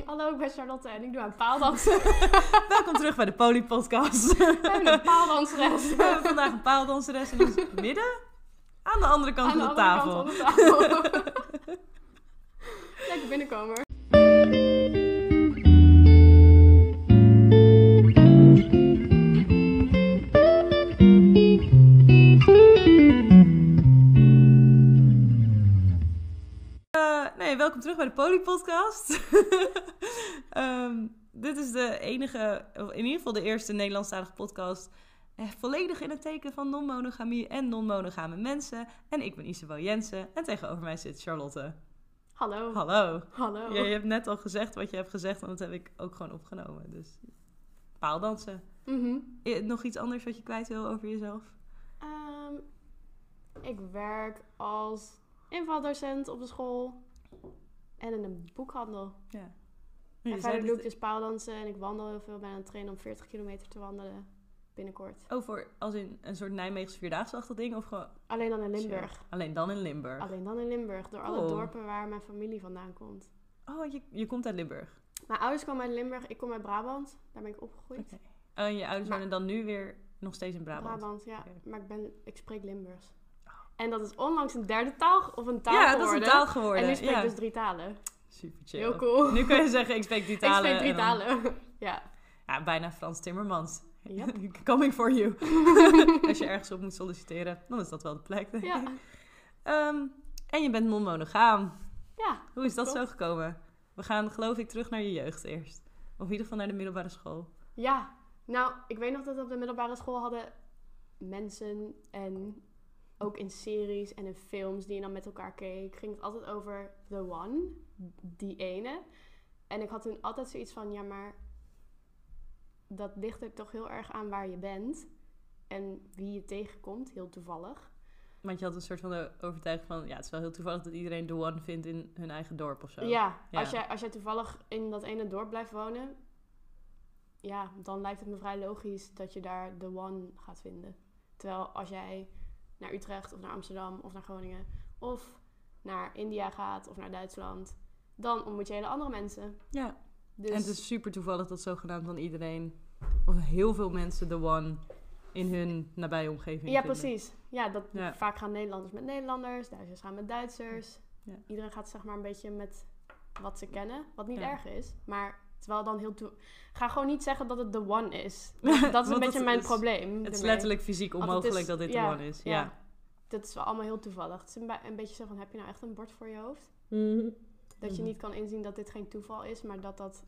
Hallo, ik ben Charlotte en ik doe aan paaldansen. Welkom terug bij de Poly Podcast. We hebben een paaldanseres. We hebben vandaag een paaldanseres in het midden. Aan de andere kant van de tafel. Lekker binnenkomen. Welkom terug bij de Poly Podcast. Dit is de enige, of in ieder geval de eerste Nederlandstalige podcast, volledig in het teken van non-monogamie en non-monogame mensen. En ik ben Isabel Jensen en tegenover mij zit Charlotte. Hallo. Hallo. Hallo. Ja, je hebt net al gezegd wat je hebt gezegd, en dat heb ik ook gewoon opgenomen. Dus paaldansen. Mm-hmm. Nog iets anders wat je kwijt wil over jezelf? Ik werk als invaldocent op de school en in een boekhandel. Ja. En verder doe ik dus paaldansen en ik wandel heel veel. Ben aan het trainen om 40 kilometer te wandelen binnenkort. Oh, voor als in een soort Nijmeegse vierdaagse-achtig ding? Of gewoon... Alleen dan in Limburg. Alleen dan in Limburg? Alleen dan in Limburg, door alle dorpen waar mijn familie vandaan komt. Oh, je komt uit Limburg? Mijn ouders komen uit Limburg, ik kom uit Brabant. Daar ben ik opgegroeid. Okay. Oh, en je ouders wonen dan nu weer nog steeds in Brabant? Brabant, ja. Okay. Maar ik spreek Limburgs. En dat is onlangs een derde taal of een taal geworden. Ja, dat is een taal geworden. En nu spreek ik dus 3 talen. Super chill. Heel cool. Nu kun je zeggen, ik spreek 3 talen. Ik spreek 3 talen, ja. Ja, bijna Frans Timmermans. Yep. Coming for you. Als je ergens op moet solliciteren, dan is dat wel de plek. Ja. En je bent non-monogaam. Ja. Hoe is dat zo gekomen? We gaan, geloof ik, terug naar je jeugd eerst. Of in ieder geval naar de middelbare school. Ja. Nou, ik weet nog dat we op de middelbare school hadden mensen en ook in series en in films die je dan met elkaar keek, ging het altijd over the one, die ene. En ik had toen altijd zoiets van, ja, maar dat ligt er toch heel erg aan waar je bent en wie je tegenkomt, heel toevallig. Want je had een soort van de overtuiging van, ja, het is wel heel toevallig dat iedereen the one vindt in hun eigen dorp of zo. Ja. Als jij toevallig in dat ene dorp blijft wonen, ja, dan lijkt het me vrij logisch dat je daar the one gaat vinden. Terwijl als jij naar Utrecht of naar Amsterdam of naar Groningen of naar India gaat of naar Duitsland, dan ontmoet je hele andere mensen. Ja, dus... en het is super toevallig dat zogenaamd dan iedereen, of heel veel mensen, the one in hun nabije omgeving Ja, vinden. precies. Ja, vaak gaan Nederlanders met Nederlanders, Duitsers gaan met Duitsers. Ja. Iedereen gaat zeg maar een beetje met wat ze kennen, wat niet erg is, maar terwijl dan heel ga gewoon niet zeggen dat het the one is. Dat is een beetje mijn probleem. Het is letterlijk fysiek onmogelijk dat dit the one is. Ja. Dat is wel allemaal heel toevallig. Het is een beetje zo van, heb je nou echt een bord voor je hoofd? Mm-hmm. Dat je niet kan inzien dat dit geen toeval is, maar dat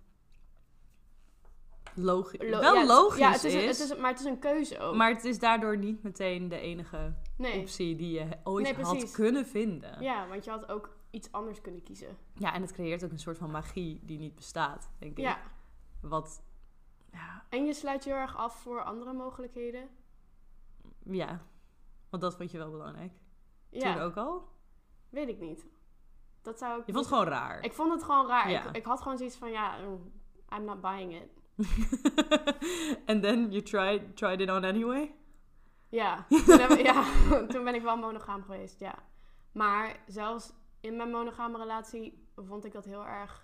logisch is. Maar het is een keuze ook. Maar het is daardoor niet meteen de enige optie die je ooit had kunnen vinden. Ja, want je had ook iets anders kunnen kiezen. Ja, en het creëert ook een soort van magie die niet bestaat, denk ik. Ja. Ja. En je sluit je heel erg af voor andere mogelijkheden. Ja, want dat vond je wel belangrijk. Ja. Toen ook al? Weet ik niet. Dat zou ik je vond het gewoon raar? Ik vond het gewoon raar. Ja. Ik had gewoon zoiets van, I'm not buying it. And then you tried it on anyway? Ja. Toen ben ik wel monogaam geweest, ja. Maar zelfs in mijn monogame relatie vond ik dat heel erg...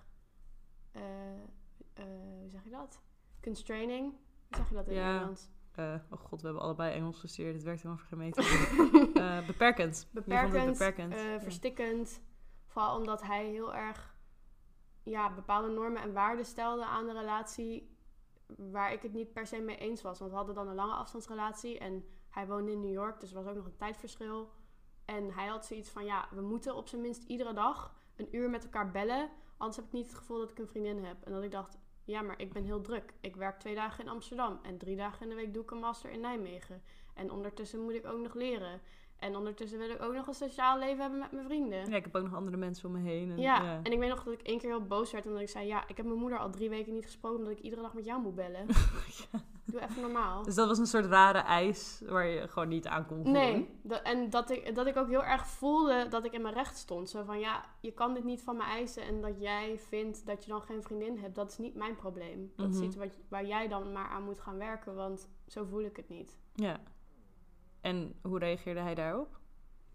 hoe zeg je dat? Constraining? Hoe zeg je dat in het Nederlands? Oh god, we hebben allebei Engels gestudeerd. Het werkt helemaal voor geen meter. Beperkend. Beperkend, verstikkend. Vooral omdat hij heel erg bepaalde normen en waarden stelde aan de relatie waar ik het niet per se mee eens was. Want we hadden dan een lange afstandsrelatie en hij woonde in New York, dus er was ook nog een tijdverschil. En hij had zoiets van, we moeten op zijn minst iedere dag 1 uur met elkaar bellen, anders heb ik niet het gevoel dat ik een vriendin heb. En dat ik dacht, ja, maar ik ben heel druk. Ik werk 2 dagen in Amsterdam en 3 dagen in de week doe ik een master in Nijmegen. En ondertussen moet ik ook nog leren. En ondertussen wil ik ook nog een sociaal leven hebben met mijn vrienden. Ja, ik heb ook nog andere mensen om me heen. En ik weet nog dat ik 1 keer heel boos werd omdat ik zei, ik heb mijn moeder al 3 weken niet gesproken omdat ik iedere dag met jou moet bellen. Doe even normaal. Dus dat was een soort rare eis waar je gewoon niet aan kon voelen. Nee, en dat ik ook heel erg voelde dat ik in mijn recht stond. Zo van, je kan dit niet van me eisen en dat jij vindt dat je dan geen vriendin hebt, dat is niet mijn probleem. Dat is iets waar jij dan maar aan moet gaan werken, want zo voel ik het niet. Ja. En hoe reageerde hij daarop?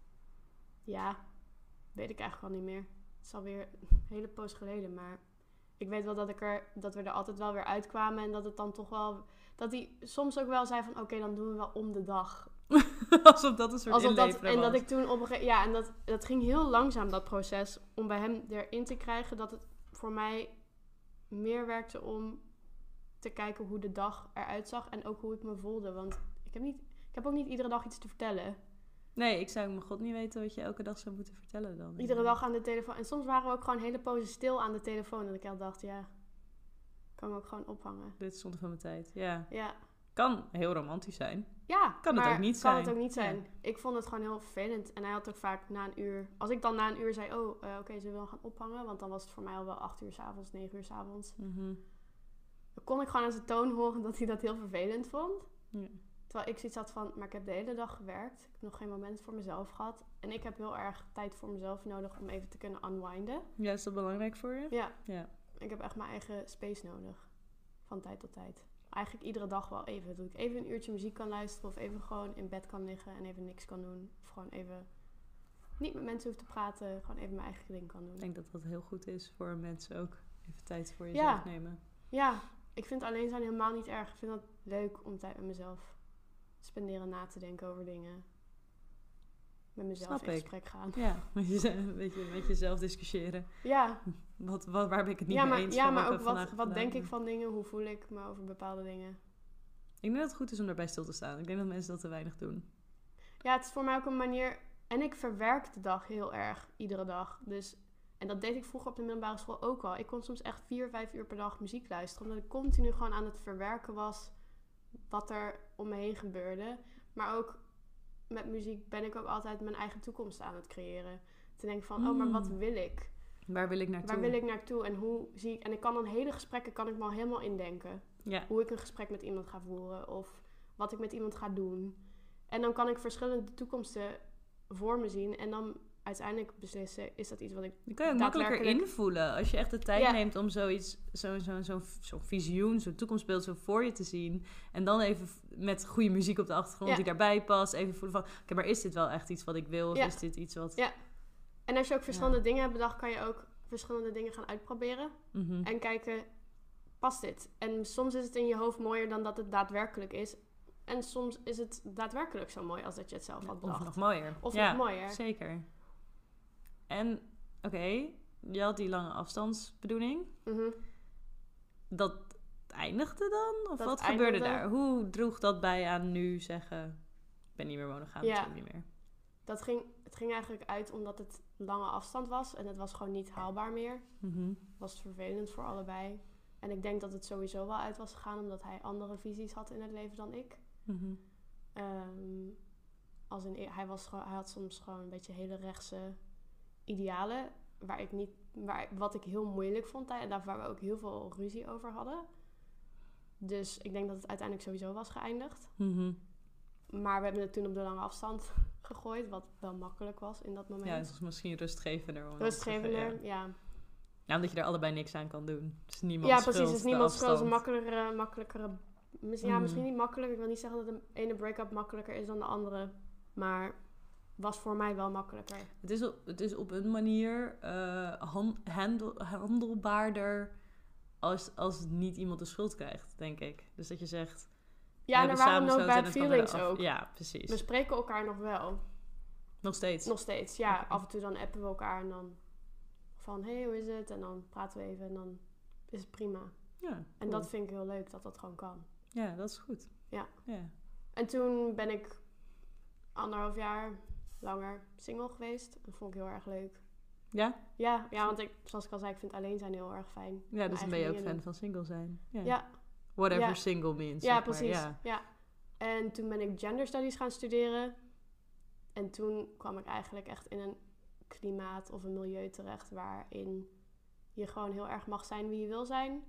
Ja, weet ik eigenlijk al niet meer. Het is alweer een hele poos geleden, maar ik weet wel dat we er altijd wel weer uitkwamen. En dat het dan toch wel... Dat hij soms ook wel zei van... Oké, dan doen we wel om de dag. Alsof dat een soort inleveren was. En dat ik toen op een gegeven... Ja, en dat ging heel langzaam, dat proces. Om bij hem erin te krijgen dat het voor mij meer werkte om te kijken hoe de dag eruit zag. En ook hoe ik me voelde. Want ik heb ook niet iedere dag iets te vertellen. Nee, ik zou mijn god niet weten wat je elke dag zou moeten vertellen dan. Iedere dag aan de telefoon. En soms waren we ook gewoon hele pozen stil aan de telefoon. En ik al dacht, ja, kan me ook gewoon ophangen. Dit is zonde van mijn tijd, ja. Ja. Kan heel romantisch zijn. Ja, kan het ook niet zijn. Kan het ook niet zijn. Ja. Ik vond het gewoon heel vervelend. En hij had ook vaak na een uur... Als ik dan na een uur zei, oké, ze wil gaan ophangen. Want dan was het voor mij al wel 8 uur 's avonds, 9 uur 's avonds. Mm-hmm. Dan kon ik gewoon aan zijn toon horen dat hij dat heel vervelend vond. Ja. Terwijl ik zoiets had van, maar ik heb de hele dag gewerkt. Ik heb nog geen moment voor mezelf gehad. En ik heb heel erg tijd voor mezelf nodig om even te kunnen unwinden. Ja, is dat belangrijk voor je? Ja. Ik heb echt mijn eigen space nodig. Van tijd tot tijd. Eigenlijk iedere dag wel even. Dat ik even een uurtje muziek kan luisteren. Of even gewoon in bed kan liggen en even niks kan doen. Of gewoon even niet met mensen hoef te praten. Gewoon even mijn eigen ding kan doen. Ik denk dat dat heel goed is voor mensen ook. Even tijd voor jezelf nemen. Ja, ik vind alleen zijn helemaal niet erg. Ik vind het leuk om tijd met mezelf te spenderen, na te denken over dingen. Met mezelf in gesprek gaan. Ja, met jezelf discussiëren. Ja. Waar ben ik het niet mee eens? Ja, maar ook wat denk ik van dingen? Hoe voel ik me over bepaalde dingen? Ik denk dat het goed is om daarbij stil te staan. Ik denk dat mensen dat te weinig doen. Ja, het is voor mij ook een manier... En ik verwerk de dag heel erg, iedere dag. Dus, en dat deed ik vroeger op de middelbare school ook al. Ik kon soms echt 4-5 uur per dag muziek luisteren. Omdat ik continu gewoon aan het verwerken was wat er om me heen gebeurde. Maar ook met muziek ben ik ook altijd mijn eigen toekomst aan het creëren. Te denken van, maar wat wil ik? Waar wil ik naartoe? Waar wil ik naartoe en hoe zie ik... En ik kan dan hele gesprekken kan ik me al helemaal indenken. Ja. Hoe ik een gesprek met iemand ga voeren. Of wat ik met iemand ga doen. En dan kan ik verschillende toekomsten voor me zien. En dan uiteindelijk beslissen, is dat iets wat ik Dan kan je ook makkelijker invoelen. Als je echt de tijd neemt om zoiets, zo'n visioen, zo'n toekomstbeeld zo voor je te zien. En dan even met goede muziek op de achtergrond die daarbij past. Even voelen van, oké, maar is dit wel echt iets wat ik wil? Of is dit iets wat... Ja. En als je ook verschillende dingen hebt bedacht, kan je ook verschillende dingen gaan uitproberen. Mm-hmm. En kijken, past dit? En soms is het in je hoofd mooier dan dat het daadwerkelijk is. En soms is het daadwerkelijk zo mooi als dat je het zelf had bedacht. Of nog mooier. Of nog mooier. Zeker. En, oké, je had die lange afstandsbedoeling. Mm-hmm. Dat eindigde dan? Of dat wat gebeurde daar? Hoe droeg dat bij aan nu zeggen, ik ben niet meer monogaam, natuurlijk niet meer? Het ging eigenlijk uit omdat het lange afstand was. En het was gewoon niet haalbaar meer. Mm-hmm. Was vervelend voor allebei. En ik denk dat het sowieso wel uit was gegaan, omdat hij andere visies had in het leven dan ik. Mm-hmm. Hij had soms gewoon een beetje hele rechtse idealen, wat ik heel moeilijk vond en waar we ook heel veel ruzie over hadden. Dus ik denk dat het uiteindelijk sowieso was geëindigd. Mm-hmm. Maar we hebben het toen op de lange afstand gegooid, wat wel makkelijk was in dat moment. Ja, het was misschien rustgevender. Rustgevender, ja. Nou, omdat je er allebei niks aan kan doen. Het is niemand schuld. Ja, precies. Het is niemand schuld. Het is een makkelijkere... misschien niet makkelijk. Ik wil niet zeggen dat de ene break-up makkelijker is dan de andere. Maar was voor mij wel makkelijker. Het is op een manier handelbaarder als niet iemand de schuld krijgt, denk ik. Dus dat je zegt... Ja, en er waren no bad feelings ook. Ja, precies. We spreken elkaar nog wel. Nog steeds? Nog steeds, ja. Okay. Af en toe dan appen we elkaar en dan van, hey, hoe is het? En dan praten we even en dan is het prima. Ja, cool. En dat vind ik heel leuk, dat gewoon kan. Ja, dat is goed. Ja. En toen ben ik 1,5 jaar langer single geweest. Dat vond ik heel erg leuk. Ja? Ja, want zoals ik al zei, ik vind alleen zijn heel erg fijn. Ja, dus dan ben je ook fan van single zijn. Ja. Whatever single means. Ja, precies. Ja. En toen ben ik gender studies gaan studeren. En toen kwam ik eigenlijk echt in een klimaat of een milieu terecht waarin je gewoon heel erg mag zijn wie je wil zijn.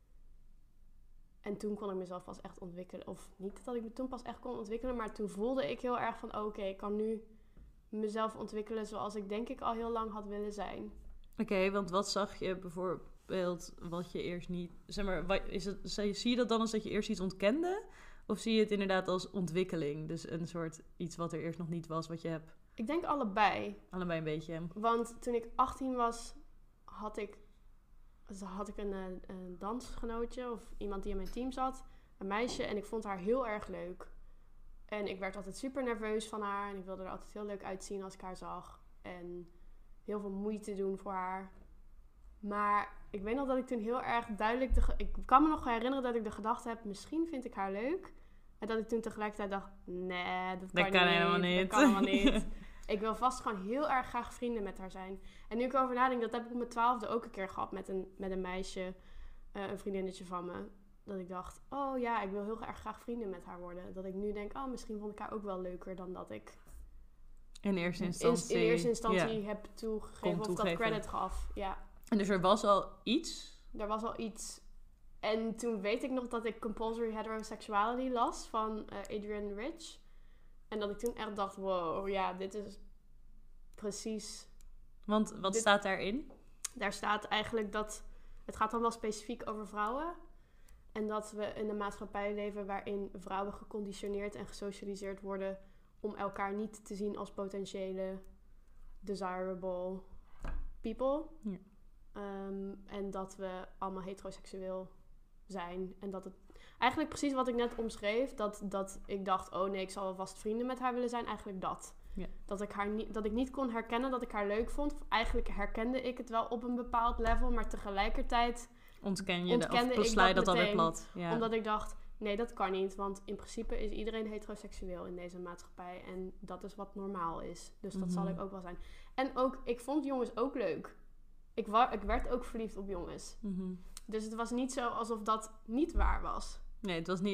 En toen kon ik mezelf pas echt ontwikkelen. Of niet dat ik me toen pas echt kon ontwikkelen, maar toen voelde ik heel erg van oké, ik kan nu mezelf ontwikkelen zoals ik denk ik al heel lang had willen zijn. Oké, want wat zag je bijvoorbeeld wat je eerst niet... Zeg maar, zie je dat dan als dat je eerst iets ontkende? Of zie je het inderdaad als ontwikkeling? Dus een soort iets wat er eerst nog niet was, wat je hebt... Ik denk allebei. Allebei een beetje. Want toen ik 18 was, had ik had ik een dansgenootje of iemand die in mijn team zat. Een meisje en ik vond haar heel erg leuk. En ik werd altijd super nerveus van haar. En ik wilde er altijd heel leuk uitzien als ik haar zag. En heel veel moeite doen voor haar. Maar ik weet nog dat ik toen heel erg duidelijk... Ik kan me nog herinneren dat ik de gedachte heb... Misschien vind ik haar leuk. En dat ik toen tegelijkertijd dacht... Nee, dat kan helemaal niet. Ik wil vast gewoon heel erg graag vrienden met haar zijn. En nu ik erover nadenk... Dat heb ik op mijn 12e ook een keer gehad met een meisje. Een vriendinnetje van me. Dat ik dacht... Oh ja, ik wil heel erg graag vrienden met haar worden. Dat ik nu denk... Oh, misschien vond ik haar ook wel leuker dan dat ik... In eerste instantie heb toegegeven of dat credit gaf. Ja. En dus er was al iets? Er was al iets. En toen weet ik nog dat ik Compulsory Heterosexuality las van Adrienne Rich. En dat ik toen echt dacht, wow, ja, dit is precies... Want wat staat daarin? Daar staat eigenlijk dat... Het gaat dan wel specifiek over vrouwen. En dat we in een maatschappij leven waarin vrouwen geconditioneerd en gesocialiseerd worden... om elkaar niet te zien als potentiële desirable people. Ja. En dat we allemaal heteroseksueel zijn. En dat het... Eigenlijk precies wat ik net omschreef. Dat ik dacht, oh nee, ik zal wel vast vrienden met haar willen zijn. Eigenlijk dat. Ja. Dat ik niet kon herkennen dat ik haar leuk vond. Eigenlijk herkende ik het wel op een bepaald level. Maar tegelijkertijd ontkende ik dat alweer plat. Ja. Omdat ik dacht, nee, dat kan niet. Want in principe is iedereen heteroseksueel in deze maatschappij. En dat is wat normaal is. Dus dat zal ik ook wel zijn. En ook, ik vond jongens ook leuk. Ik werd ook verliefd op jongens. Mm-hmm. Dus het was niet zo alsof dat niet waar was. Nee, het is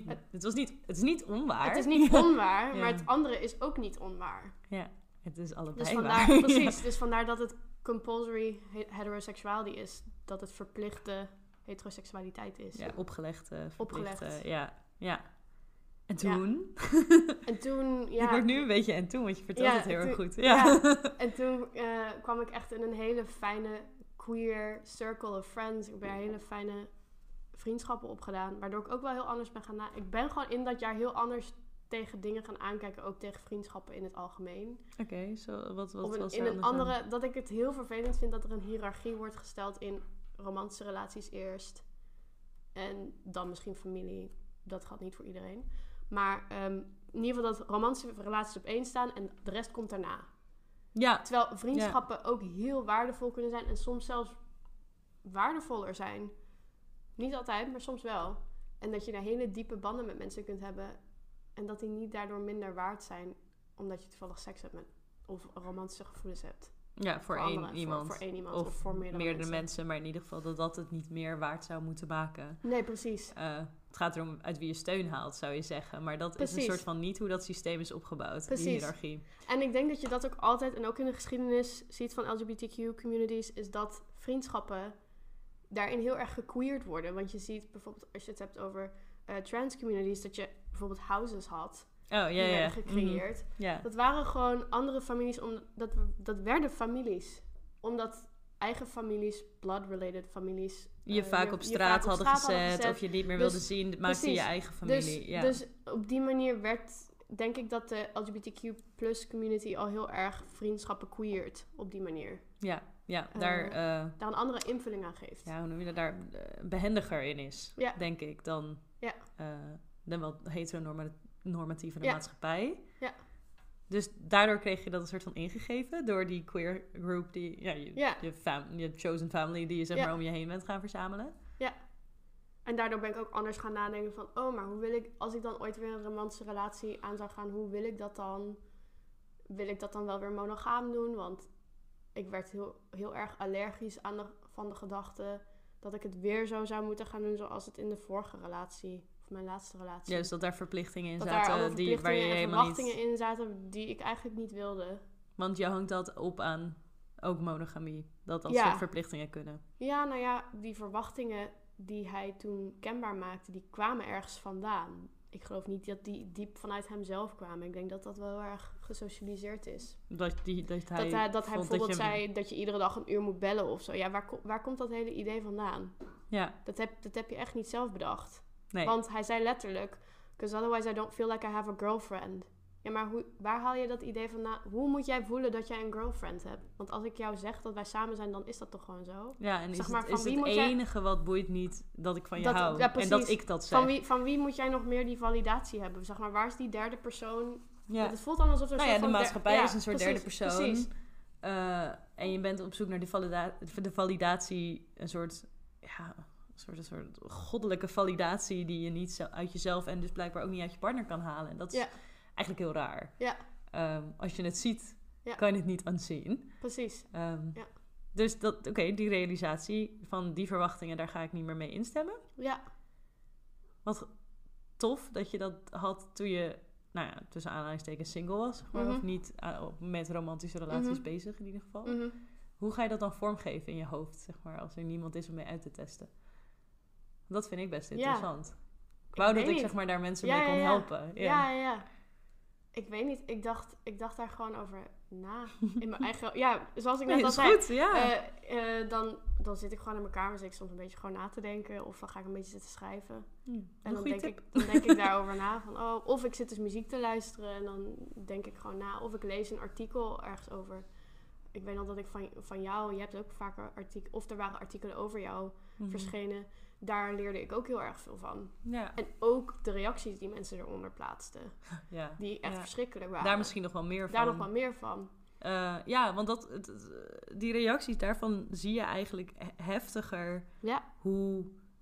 niet onwaar. Het is niet onwaar, ja. Maar het andere is ook niet onwaar. Ja, het is allebei dus vandaar, waar. Precies, dus vandaar dat het compulsory heterosexuality is. Dat het verplichte heteroseksualiteit is. Ja, opgelegd. Ja. En toen? Ja. En toen, ja. Ik word nu een beetje en toen, want je vertelt het heel erg goed. Ja. En toen kwam ik echt in een hele fijne queer circle of friends. Ik heb hele fijne vriendschappen opgedaan. Waardoor ik ook wel heel anders ben gaan Ik ben gewoon in dat jaar heel anders tegen dingen gaan aankijken. Ook tegen vriendschappen in het algemeen. Oké, wat was er in een andere aan? Dat ik het heel vervelend vind dat er een hiërarchie wordt gesteld in romantische relaties eerst. En dan misschien familie. Dat gaat niet voor iedereen. Maar in ieder geval dat romantische relaties op één staan en de rest komt daarna. Ja. Terwijl vriendschappen ook heel waardevol kunnen zijn en soms zelfs waardevoller zijn. Niet altijd, maar soms wel. En dat je daar hele diepe banden met mensen kunt hebben en dat die niet daardoor minder waard zijn omdat je toevallig seks hebt of romantische gevoelens hebt. Ja, voor één iemand. Voor één iemand of voor meerdere mensen, maar in ieder geval dat het niet meer waard zou moeten maken. Nee, precies. Het gaat erom uit wie je steun haalt, zou je zeggen. Maar dat is een soort van niet hoe dat systeem is opgebouwd, die hiërarchie. En ik denk dat je dat ook altijd, en ook in de geschiedenis ziet van LGBTQ-communities, is dat vriendschappen daarin heel erg gequeerd worden. Want je ziet bijvoorbeeld, als je het hebt over trans-communities, dat je bijvoorbeeld houses had. Die werden gecreëerd. Mm-hmm. Yeah. Dat waren gewoon andere families. Dat werden families. Omdat eigen families, blood-related families... Je vaak op straat hadden gezet. Of je niet meer wilde zien. Maakte je eigen familie. Dus op die manier werd... Denk ik dat de LGBTQ plus community al heel erg vriendschappen queert. Op die manier. Ja, daar een andere invulling aan geeft. Ja, hoe noem je dat? Daar behendiger in is. Ja. Denk ik. Dan wel heteronormatieve maatschappij. Ja. Dus daardoor kreeg je dat een soort van ingegeven door die queer group, je chosen family die je zeg maar om je heen bent gaan verzamelen. Ja. En daardoor ben ik ook anders gaan nadenken van, oh, maar hoe wil ik, als ik dan ooit weer een romantische relatie aan zou gaan, hoe wil ik dat dan? Wil ik dat dan wel weer monogaam doen? Want ik werd heel erg allergisch van de gedachte dat ik het weer zo zou moeten gaan doen zoals het in de vorige relatie, of mijn laatste relatie. Ja, dus dat daar verplichtingen in zaten. Waar je en helemaal verwachtingen in zaten die ik eigenlijk niet wilde. Want je hangt dat op aan ook monogamie. Dat soort verplichtingen kunnen. Ja, nou ja, die verwachtingen die hij toen kenbaar maakte, die kwamen ergens vandaan. Ik geloof niet dat die diep vanuit hemzelf kwamen. Ik denk dat dat wel heel erg gesocialiseerd is. Dat hij bijvoorbeeld zei dat je iedere dag een uur moet bellen of zo. Ja, waar komt dat hele idee vandaan? Ja. Dat heb je echt niet zelf bedacht. Nee. Want hij zei letterlijk, 'cause otherwise I don't feel like I have a girlfriend. Ja, maar waar haal je dat idee vandaan? Hoe moet jij voelen dat jij een girlfriend hebt? Want als ik jou zeg dat wij samen zijn, dan is dat toch gewoon zo? Ja, en is het enige wat boeit niet dat ik van je hou? Ja, en dat ik dat zeg. Van wie moet jij nog meer die validatie hebben? Zeg maar, waar is die derde persoon? Ja. Het voelt dan alsof er de maatschappij is een soort derde persoon. Precies. En je bent op zoek naar de validatie, een soort goddelijke validatie die je niet uit jezelf en dus blijkbaar ook niet uit je partner kan halen. En dat is eigenlijk heel raar. Ja. Als je het ziet, kan je het niet aanzien. Precies. Dus die realisatie van die verwachtingen, daar ga ik niet meer mee instemmen. Ja. Wat tof dat je dat had toen je, tussen aanhalingstekens single was. Of niet met romantische relaties bezig in ieder geval. Mm-hmm. Hoe ga je dat dan vormgeven in je hoofd, zeg maar, als er niemand is om mee uit te testen? Dat vind ik best interessant. Ik wou dat ik zeg maar daar mensen mee kon helpen. Ja. Ik weet niet. Ik dacht daar gewoon over na. In mijn eigen... Ja, zoals ik net al zei. Goed, ja. Dan zit ik gewoon in mijn kamer. Zit ik soms een beetje gewoon na te denken. Of dan ga ik een beetje zitten schrijven. En dan denk ik daarover na. Van, of ik zit dus muziek te luisteren. En dan denk ik gewoon na. Of ik lees een artikel ergens over. Ik weet nog dat ik van jou... Je hebt ook vaker artikelen... Of er waren artikelen over jou verschenen. Daar leerde ik ook heel erg veel van. Ja. En ook de reacties die mensen eronder plaatsten. Ja. Die echt verschrikkelijk waren. Daar misschien nog wel meer van. Want die reacties daarvan zie je eigenlijk heftiger. Ja. Hoe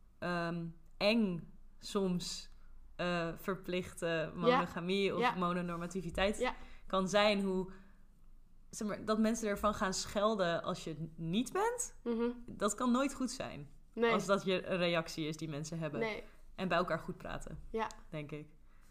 eng soms verplichte monogamie of mononormativiteit kan zijn. Hoe... Zeg maar, dat mensen ervan gaan schelden als je het niet bent. Mm-hmm. Dat kan nooit goed zijn. Nee. Als dat je een reactie is die mensen hebben. Nee. En bij elkaar goed praten. Ja. Denk ik.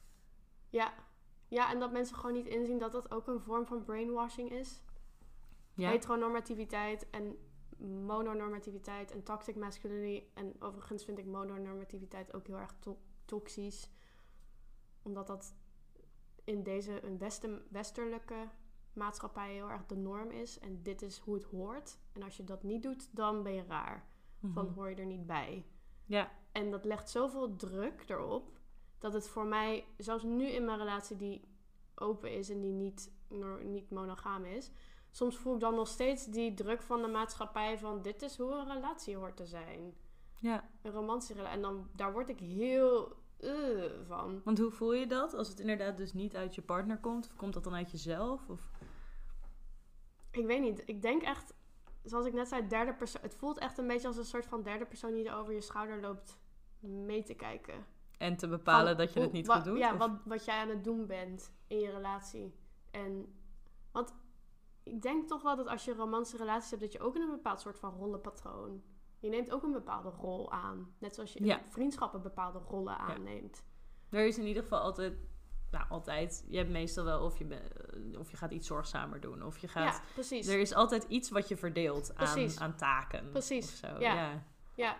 Ja, en dat mensen gewoon niet inzien dat dat ook een vorm van brainwashing is. Ja. Heteronormativiteit en mononormativiteit en toxic masculinity. En overigens vind ik mononormativiteit ook heel erg toxisch. Omdat dat in een westerlijke maatschappij heel erg de norm is. En dit is hoe het hoort. En als je dat niet doet, dan ben je raar. Van hoor je er niet bij. Ja. En dat legt zoveel druk erop... dat het voor mij, zelfs nu in mijn relatie die open is... en die niet monogaam is... soms voel ik dan nog steeds die druk van de maatschappij... van dit is hoe een relatie hoort te zijn. Ja. Een romantische relatie. En dan, daar word ik heel van. Want hoe voel je dat? Als het inderdaad dus niet uit je partner komt? Of komt dat dan uit jezelf? Of? Ik weet niet. Ik denk echt... Zoals ik net zei, derde persoon. Het voelt echt een beetje als een soort van derde persoon die er over je schouder loopt mee te kijken. En te bepalen dat je het niet goed doet? Ja, wat jij aan het doen bent in je relatie. Want ik denk toch wel dat als je romantische relaties hebt, dat je ook in een bepaald soort van rollenpatroon. Je neemt ook een bepaalde rol aan. Net zoals je in vriendschappen bepaalde rollen aanneemt. Er is in ieder geval altijd. Je hebt meestal wel of je gaat iets zorgzamer doen. Of je gaat... Ja, precies. Er is altijd iets wat je verdeelt aan taken. Precies. Of zo. Ja.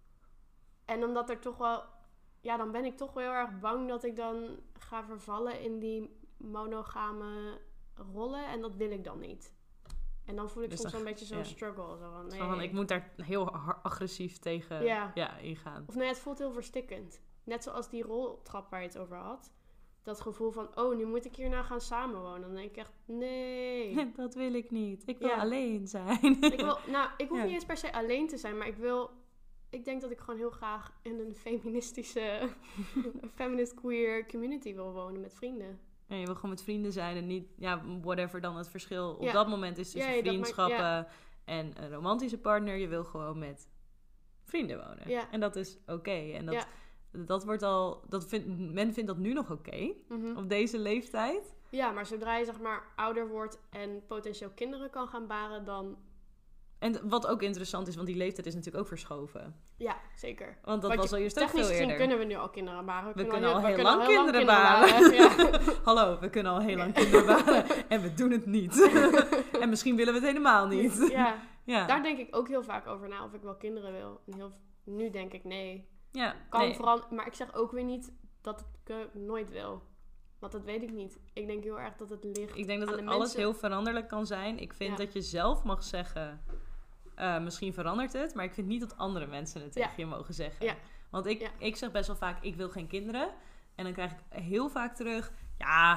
En omdat er toch wel... Ja, dan ben ik toch wel heel erg bang dat ik dan ga vervallen in die monogame rollen. En dat wil ik dan niet. En dan voel ik soms een beetje zo'n struggle. Zo van, ik moet daar heel agressief tegen ingaan. Of het voelt heel verstikkend. Net zoals die roltrap waar je het over had. Dat gevoel van, nu moet ik hierna gaan samenwonen. Dan denk ik echt, nee. Dat wil ik niet. Ik wil alleen zijn. Ik hoef niet eens per se alleen te zijn. Maar ik denk dat ik gewoon heel graag in een feministische, feminist queer community wil wonen met vrienden. En je wil gewoon met vrienden zijn en niet, whatever dan het verschil op dat moment is tussen vriendschappen en een romantische partner. Je wil gewoon met vrienden wonen. Ja. En dat is oké. En dat wordt al, men vindt dat nu nog oké, op deze leeftijd. Ja, maar zodra je zeg maar ouder wordt en potentieel kinderen kan gaan baren, dan... En wat ook interessant is, want die leeftijd is natuurlijk ook verschoven. Ja, zeker. Want dat was al eerst ook veel eerder. Technisch kunnen we nu al kinderen baren. We kunnen al heel lang kinderen baren. Ja. Hallo, we kunnen al heel lang kinderen baren. En we doen het niet. En misschien willen we het helemaal niet. Ja. Daar denk ik ook heel vaak over na of ik wel kinderen wil. En nu denk ik nee. Ja, vooral, maar ik zeg ook weer niet dat ik nooit wil. Want dat weet ik niet. Ik denk heel erg dat het ligt. Ik denk dat het alles heel veranderlijk kan zijn. Ik vind dat je zelf mag zeggen... misschien verandert het, maar ik vind niet dat andere mensen het tegen je mogen zeggen. Ja. Want ik zeg best wel vaak, ik wil geen kinderen. En dan krijg ik heel vaak terug... Ja,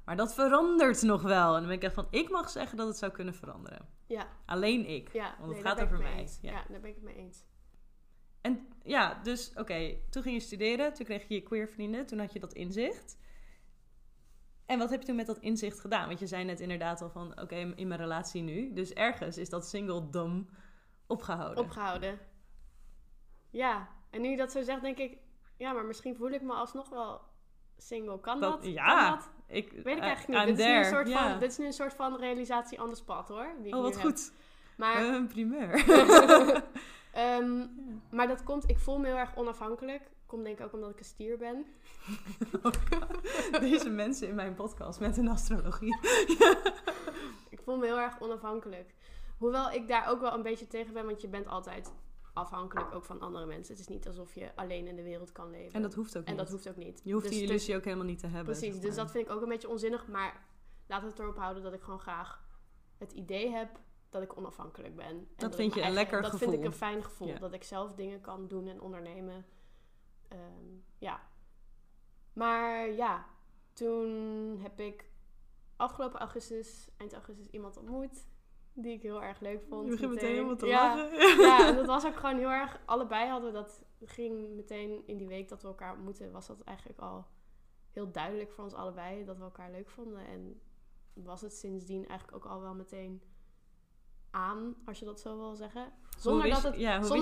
Maar dat verandert nog wel. En dan ben ik echt van, ik mag zeggen dat het zou kunnen veranderen. Ja. Alleen ik. Ja, want het gaat over mij. Ja, daar ben ik het mee eens. En ja, dus oké, toen ging je studeren. Toen kreeg je je queer vrienden. Toen had je dat inzicht. En wat heb je toen met dat inzicht gedaan? Want je zei net inderdaad al van, oké, in mijn relatie nu. Dus ergens is dat singledom opgehouden. Ja, en nu je dat zo zegt, denk ik... Ja, maar misschien voel ik me alsnog wel single. Kan dat? Ja. Kan dat? Weet ik eigenlijk niet. Dit is nu een soort van realisatie on the spot, hoor. Die ik wat nu goed. Maar, een primeur. Maar dat komt... Ik voel me heel erg onafhankelijk. Komt denk ik ook omdat ik een stier ben. Deze mensen in mijn podcast met hun astrologie. Ik voel me heel erg onafhankelijk. Hoewel ik daar ook wel een beetje tegen ben, want je bent altijd afhankelijk ook van andere mensen. Het is niet alsof je alleen in de wereld kan leven. En dat hoeft ook niet. Je hoeft dus die illusie ook helemaal niet te hebben. Precies, dus dat vind ik ook een beetje onzinnig. Maar laat het erop houden dat ik gewoon graag het idee heb dat ik onafhankelijk ben. En dat vind je een lekker gevoel. Dat vind ik een fijn gevoel. Ja. Dat ik zelf dingen kan doen en ondernemen. Ja. Maar ja, toen heb ik afgelopen eind augustus iemand ontmoet. Die ik heel erg leuk vond. Je begint meteen helemaal te lachen. Ja, en dat was ook gewoon heel erg... Allebei hadden we dat... Ging meteen in die week dat we elkaar ontmoetten... Was dat eigenlijk al heel duidelijk voor ons allebei... Dat we elkaar leuk vonden. En was het sindsdien eigenlijk ook al wel meteen aan... Als je dat zo wil zeggen. Zonder dat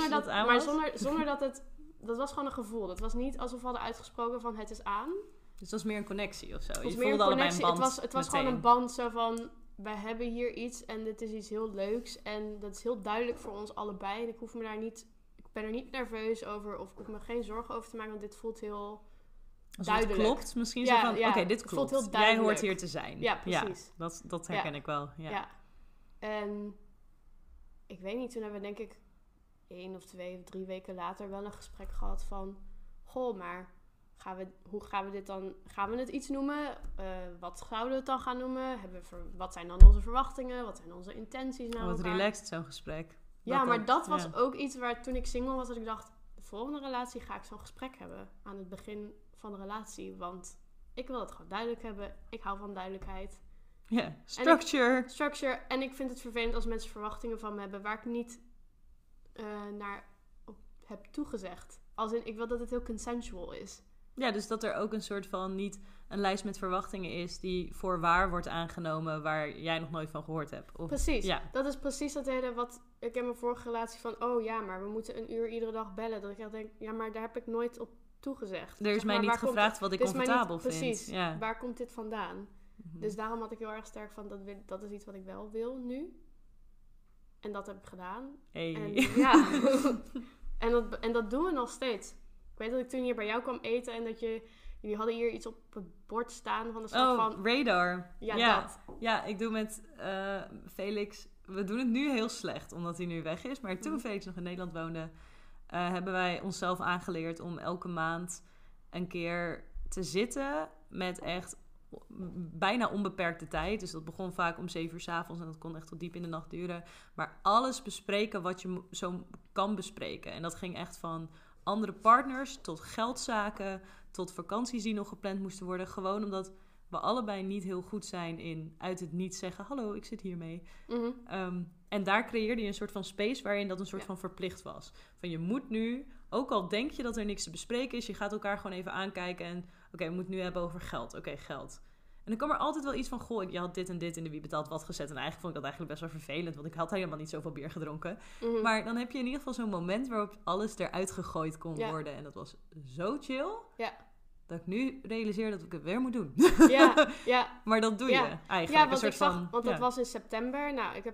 het... Dat was gewoon een gevoel. Dat was niet alsof we hadden uitgesproken van het is aan. Dus het was meer een connectie of zo. Je voelde allebei een band. Het was gewoon een band zo van... Wij hebben hier iets en dit is iets heel leuks. En dat is heel duidelijk voor ons allebei. En ik ben er niet nerveus over. Of ik hoef me geen zorgen over te maken. Want dit voelt heel duidelijk. Het klopt misschien zo van, oké, dit klopt. Voelt heel jij hoort hier te zijn. Ja, precies. Ja, dat herken ik wel. Ja. En ik weet niet, toen hebben we denk ik 1 of 2 of 3 weken later wel een gesprek gehad van... Goh, maar... Hoe gaan we dit dan... Gaan we het iets noemen? Wat zouden we het dan gaan noemen? Wat zijn dan onze verwachtingen? Wat zijn onze intenties naar elkaar? Wat relaxed zo'n gesprek. Ja, maar dat was ook iets waar toen ik single was... dat ik dacht, de volgende relatie ga ik zo'n gesprek hebben. Aan het begin van de relatie. Want ik wil het gewoon duidelijk hebben. Ik hou van duidelijkheid. Ja, structure. En ik vind het vervelend als mensen verwachtingen van me hebben... waar ik niet naar heb toegezegd. Als in, ik wil dat het heel consensual is. Ja, dus dat er ook een soort van niet een lijst met verwachtingen is... die voor waar wordt aangenomen... waar jij nog nooit van gehoord hebt. Precies. Ja. Dat is precies dat hele wat... Ik heb mijn vorige relatie van... Oh ja, maar we moeten 1 uur iedere dag bellen. Dat ik echt denk... Ja, maar daar heb ik nooit op toegezegd. Er is mij niet gevraagd wat ik comfortabel vind. Precies. Ja. Waar komt dit vandaan? Mm-hmm. Dus daarom had ik heel erg sterk van... Dat is iets wat ik wel wil nu. En dat heb ik gedaan. Hey. En, ja. en dat doen we nog steeds. Ik weet dat ik toen hier bij jou kwam eten en dat jullie hadden hier iets op het bord staan van een soort van... Radar. Ja, dat. Ja, ik doe met Felix... We doen het nu heel slecht, omdat hij nu weg is. Maar toen Felix nog in Nederland woonde... hebben wij onszelf aangeleerd om elke maand een keer te zitten... met echt bijna onbeperkte tijd. Dus dat begon vaak om 7 uur 's avonds... en dat kon echt tot diep in de nacht duren. Maar alles bespreken wat je zo kan bespreken. En dat ging echt van... andere partners, tot geldzaken, tot vakanties die nog gepland moesten worden. Gewoon omdat we allebei niet heel goed zijn in uit het niet zeggen... hallo, ik zit hiermee. Mm-hmm. En daar creëerde je een soort van space waarin dat een soort van verplicht was. Van je moet nu, ook al denk je dat er niks te bespreken is... je gaat elkaar gewoon even aankijken en... oké, we moeten het nu hebben over geld. Oké, geld. En dan kwam er altijd wel iets van... goh, je had dit en dit in de wie betaalt wat gezet... en eigenlijk vond ik dat eigenlijk best wel vervelend... want ik had helemaal niet zoveel bier gedronken. Mm-hmm. Maar dan heb je in ieder geval zo'n moment... waarop alles eruit gegooid kon worden. En dat was zo chill... dat ik nu realiseer dat ik het weer moet doen. Ja. Maar dat doe je eigenlijk. Ja, want dat was in september. Nou, ik heb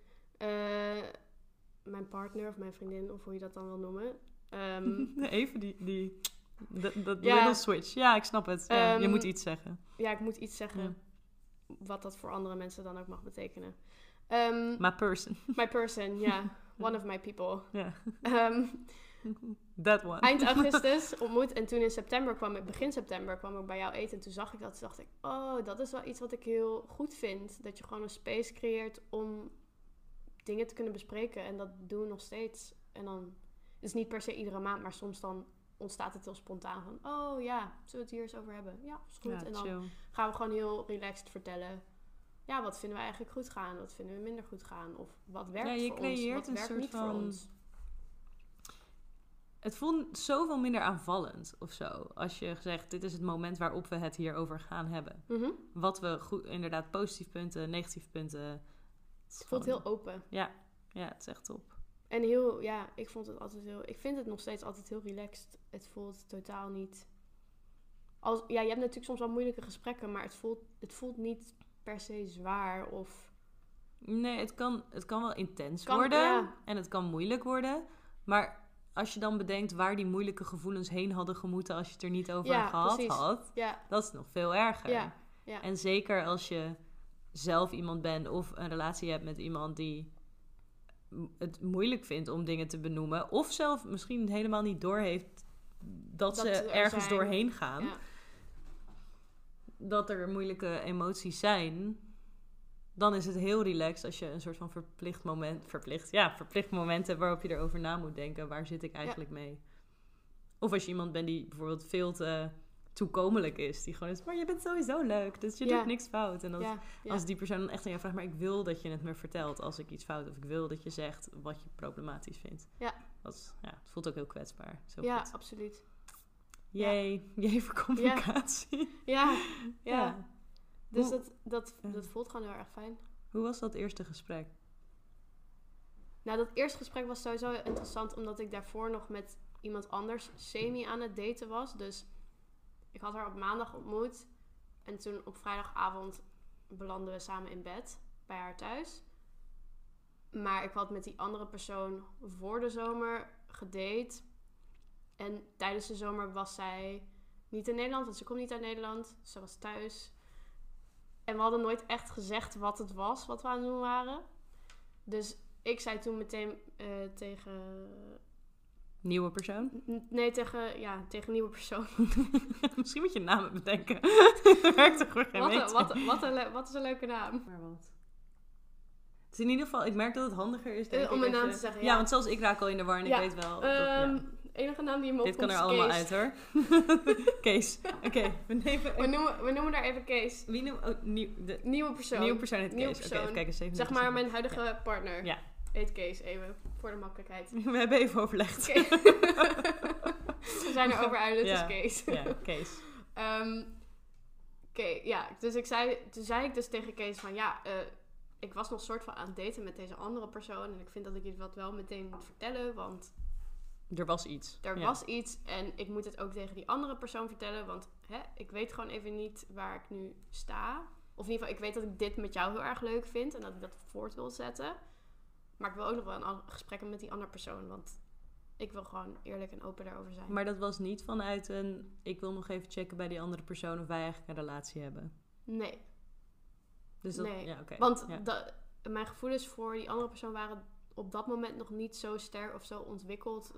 mijn partner of mijn vriendin... of hoe je dat dan wil noemen... Even dat little switch. Ja, ik snap het. Je moet iets zeggen. Ja, ik moet iets zeggen. Wat dat voor andere mensen dan ook mag betekenen. My person. My person, ja. One of my people. Ja. That one. Eind augustus ontmoet. En toen begin september kwam ik bij jou eten. En toen zag ik dat. Toen dacht ik, oh, dat is wel iets wat ik heel goed vind. Dat je gewoon een space creëert om dingen te kunnen bespreken. En dat doen we nog steeds. En dan is het niet per se iedere maand, maar soms dan ontstaat het heel spontaan van... Oh ja, zullen we het hier eens over hebben? Ja, is goed. Ja, en dan chill. gaan we gewoon heel relaxed vertellen... Ja, wat vinden we eigenlijk goed gaan? Wat vinden we minder goed gaan? Of wat werkt voor ons? Wat werkt niet voor ons? Het voelt zoveel minder aanvallend of zo. Als je zegt, dit is het moment waarop we het hierover gaan hebben. Mm-hmm. Wat we goed, inderdaad, positieve punten, negatieve punten. Het voelt heel open. Ja, het is echt top. En ik vind het nog steeds altijd heel relaxed. Het voelt totaal niet... je hebt natuurlijk soms wel moeilijke gesprekken, maar het voelt niet per se zwaar of... Nee, het kan wel intens worden. Ja. En het kan moeilijk worden. Maar als je dan bedenkt waar die moeilijke gevoelens heen hadden gemoeten als je het er niet over gehad had, dat is nog veel erger. Ja. Ja. En zeker als je zelf iemand bent of een relatie hebt met iemand die het moeilijk vindt om dingen te benoemen, of zelf misschien helemaal niet doorheeft dat ze ergens doorheen gaan. Ja. Dat er moeilijke emoties zijn, dan is het heel relaxed als je een soort van verplicht moment hebt waarop je erover na moet denken. Waar zit ik eigenlijk mee? Of als je iemand bent die bijvoorbeeld veel te toekomelijk is. Die gewoon is, maar je bent sowieso leuk, dus je doet niks fout. En als die persoon dan echt aan jou vraagt, maar ik wil dat je het me vertelt als ik iets fout, of ik wil dat je zegt wat je problematisch vindt. Ja. Het voelt ook heel kwetsbaar. Zo goed. Absoluut. Jee voor communicatie. Ja. Dus dat voelt gewoon heel erg fijn. Hoe was dat eerste gesprek? Nou, dat eerste gesprek was sowieso interessant, omdat ik daarvoor nog met iemand anders semi aan het daten was. Dus ik had haar op maandag ontmoet. En toen op vrijdagavond belanden we samen in bed bij haar thuis. Maar ik had met die andere persoon voor de zomer gedate. En tijdens de zomer was zij niet in Nederland, want ze komt niet uit Nederland. Ze was thuis. En we hadden nooit echt gezegd wat het was wat we aan het doen waren. Dus ik zei toen meteen tegen... Nieuwe persoon? Nee, tegen nieuwe persoon. Misschien moet je namen bedenken. Dat werkt toch voor geen meter. Wat is een leuke naam? Maar wat? Het is in ieder geval, ik merk dat het handiger is om een naam te zeggen. Ja, want zelfs ik raak al in de war en ik weet wel. Enige naam die je me opkomt. Dit kan er allemaal uit hoor. Kees. Oké, we noemen daar even Kees. Wie noemt? Nieuwe persoon. Nieuwe persoon heet Kees. Oké, even kijken. Zeg maar mijn huidige partner. Ja. Heet Kees, even voor de makkelijkheid. We hebben even overlegd. Okay. We zijn er over uit, het is Kees. Ja, Kees. Dus toen zei ik dus tegen Kees van ik was nog soort van aan het daten met deze andere persoon. En ik vind dat ik je wat wel meteen moet vertellen, want... Er was iets. Er was iets en ik moet het ook tegen die andere persoon vertellen, want ik weet gewoon even niet waar ik nu sta. Of in ieder geval, ik weet dat ik dit met jou heel erg leuk vind en dat ik dat voort wil zetten. Maar ik wil ook nog wel een gesprek met die andere persoon, want ik wil gewoon eerlijk en open daarover zijn. Maar dat was niet vanuit ik wil nog even checken bij die andere persoon of wij eigenlijk een relatie hebben? Nee. Dus dat, nee. Want mijn gevoelens voor die andere persoon waren op dat moment nog niet zo sterk of zo ontwikkeld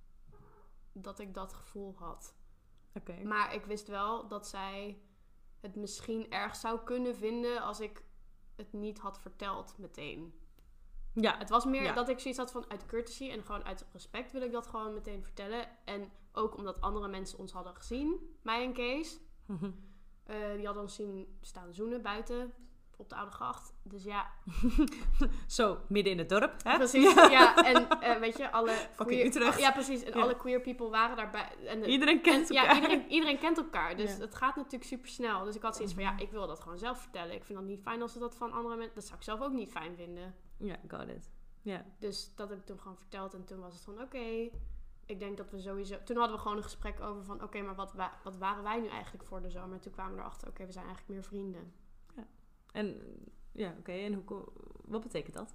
dat ik dat gevoel had. Okay. Maar ik wist wel dat zij het misschien erg zou kunnen vinden als ik het niet had verteld meteen. Ja. Het was meer dat ik zoiets had van uit courtesy en gewoon uit respect wil ik dat gewoon meteen vertellen. En ook omdat andere mensen ons hadden gezien, mij en Kees. Mm-hmm. Die hadden ons zien staan zoenen buiten op de Oude Gracht. Dus ja. Zo, midden in het dorp, hè? Precies, ja. En weet je, alle... Fucking Utrecht. Ja, precies. En alle queer people waren daarbij. Iedereen kent elkaar. Ja, iedereen kent elkaar. Dus het gaat natuurlijk super snel. Dus ik had zoiets van, ik wil dat gewoon zelf vertellen. Ik vind dat niet fijn als ze dat van andere mensen... Dat zou ik zelf ook niet fijn vinden. Ja, got it. Ja. Dus dat heb ik toen gewoon verteld. En toen was het van, oké, ik denk dat we sowieso... Toen hadden we gewoon een gesprek over van... Oké, maar wat waren wij nu eigenlijk voor de zomer? En toen kwamen we erachter, oké, we zijn eigenlijk meer vrienden. Ja. En... Ja, oké. En wat betekent dat?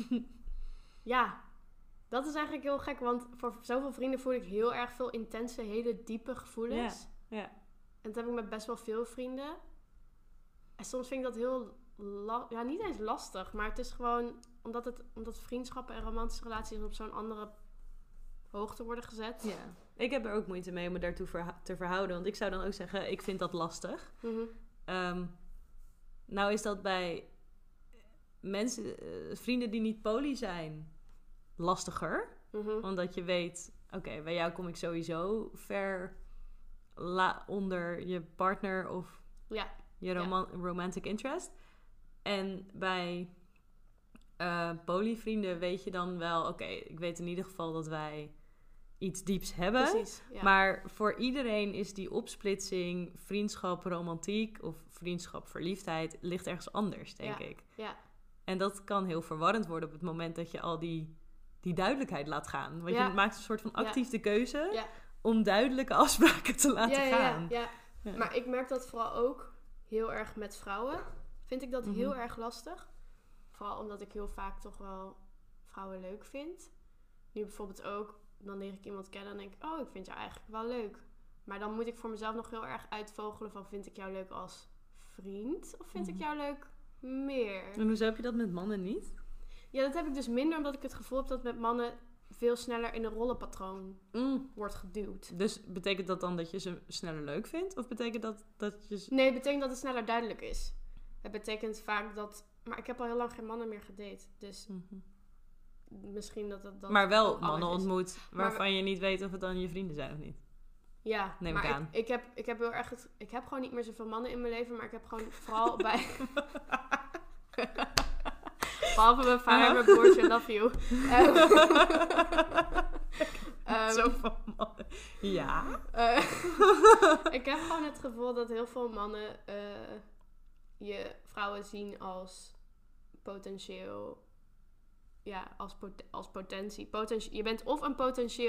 Ja, dat is eigenlijk heel gek. Want voor zoveel vrienden voel ik heel erg veel intense, hele diepe gevoelens. Ja. En dat heb ik met best wel veel vrienden. En soms vind ik dat heel... niet eens lastig. Maar het is gewoon... Omdat vriendschappen en romantische relaties op zo'n andere hoogte worden gezet. Ja. Ik heb er ook moeite mee om me daartoe te verhouden. Want ik zou dan ook zeggen, ik vind dat lastig. Mm-hmm. Nou is dat bij mensen, vrienden die niet poly zijn, lastiger. Mm-hmm. Omdat je weet, oké, bij jou kom ik sowieso ver onder je partner of je romantic interest. En bij polyvrienden weet je dan wel, oké, ik weet in ieder geval dat wij iets dieps hebben. Precies, ja. Maar voor iedereen is die opsplitsing vriendschap romantiek of vriendschap verliefdheid ligt ergens anders, denk ik. Ja. En dat kan heel verwarrend worden op het moment dat je al die duidelijkheid laat gaan. Want je maakt een soort van actief de keuze om duidelijke afspraken te laten gaan. Ja. Maar ik merk dat vooral ook heel erg met vrouwen. Vind ik dat heel erg lastig. Vooral omdat ik heel vaak toch wel vrouwen leuk vind. Nu bijvoorbeeld ook, dan leer ik iemand kennen en denk ik, oh, ik vind jou eigenlijk wel leuk. Maar dan moet ik voor mezelf nog heel erg uitvogelen van, vind ik jou leuk als vriend? Of vind ik jou leuk meer? En hoezo heb je dat met mannen niet? Ja, dat heb ik dus minder omdat ik het gevoel heb dat met mannen veel sneller in een rollenpatroon wordt geduwd. Dus betekent dat dan dat je ze sneller leuk vindt? Of betekent dat je... Nee, het betekent dat het sneller duidelijk is. Het betekent vaak dat... Maar ik heb al heel lang geen mannen meer gedate. Dus misschien dat maar wel mannen ontmoet waarvan je niet weet of het dan je vrienden zijn of niet. Ja, neem ik aan. Ik heb heel erg ik heb gewoon niet meer zoveel mannen in mijn leven, maar ik heb gewoon vooral bij... Behalve mijn vader en mijn broertje, love you. Zoveel mannen. Ja. Ik heb gewoon het gevoel dat heel veel mannen je vrouwen zien als potentieel... Ja, als potentie. Je bent of een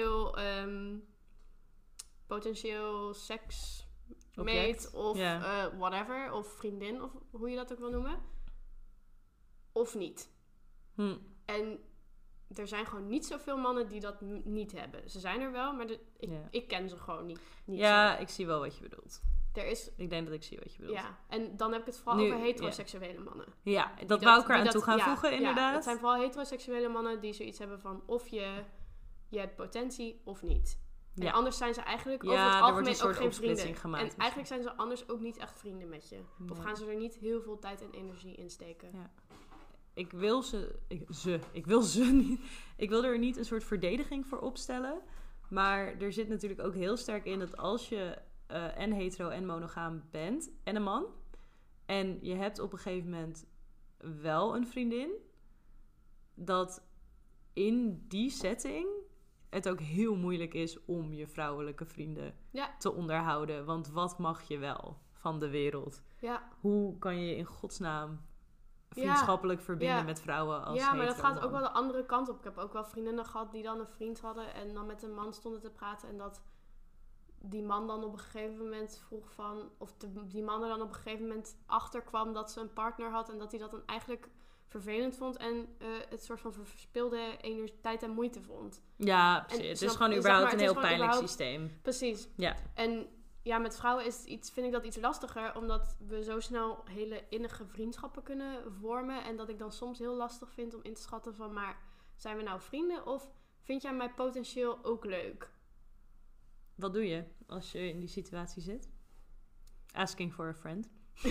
potentieel seksmate of whatever. Of vriendin, of hoe je dat ook wil noemen. Of niet. En er zijn gewoon niet zoveel mannen die dat niet hebben. Ze zijn er wel, maar ik ken ze gewoon niet ja, zo. Ik zie wel wat je bedoelt. Ik denk dat ik zie wat je bedoelt. Ja, en dan heb ik het vooral over heteroseksuele mannen. Ja, dat wou ik eraan toe gaan voegen, inderdaad. Ja, het zijn vooral heteroseksuele mannen die zoiets hebben van... of je hebt potentie of niet. En anders zijn ze eigenlijk over het algemeen ook geen vrienden. Gemaakt, en eigenlijk zijn ze anders ook niet echt vrienden met je. Of gaan ze er niet heel veel tijd en energie in steken. Ja. Ik wil niet. Ik wil er niet een soort verdediging voor opstellen. Maar er zit natuurlijk ook heel sterk in dat als je en hetero en monogaam bent en een man. En je hebt op een gegeven moment wel een vriendin. Dat in die setting het ook heel moeilijk is om je vrouwelijke vrienden te onderhouden. Want wat mag je wel van de wereld? Ja. Hoe kan je in godsnaam vriendschappelijk verbinden met vrouwen als maar dat gaat ook wel de andere kant op. Ik heb ook wel vriendinnen gehad die dan een vriend hadden en dan met een man stonden te praten en dat die man dan op een gegeven moment vroeg van... Of die man er dan op een gegeven moment achter kwam dat ze een partner had en dat hij dat dan eigenlijk vervelend vond en het soort van verspilde tijd en moeite vond. Ja, precies. Het is gewoon überhaupt een heel pijnlijk systeem. Precies. Ja. En ja, met vrouwen vind ik dat iets lastiger, omdat we zo snel hele innige vriendschappen kunnen vormen. En dat ik dan soms heel lastig vind om in te schatten van, maar zijn we nou vrienden of vind jij mij potentieel ook leuk? Wat doe je als je in die situatie zit? Asking for a friend.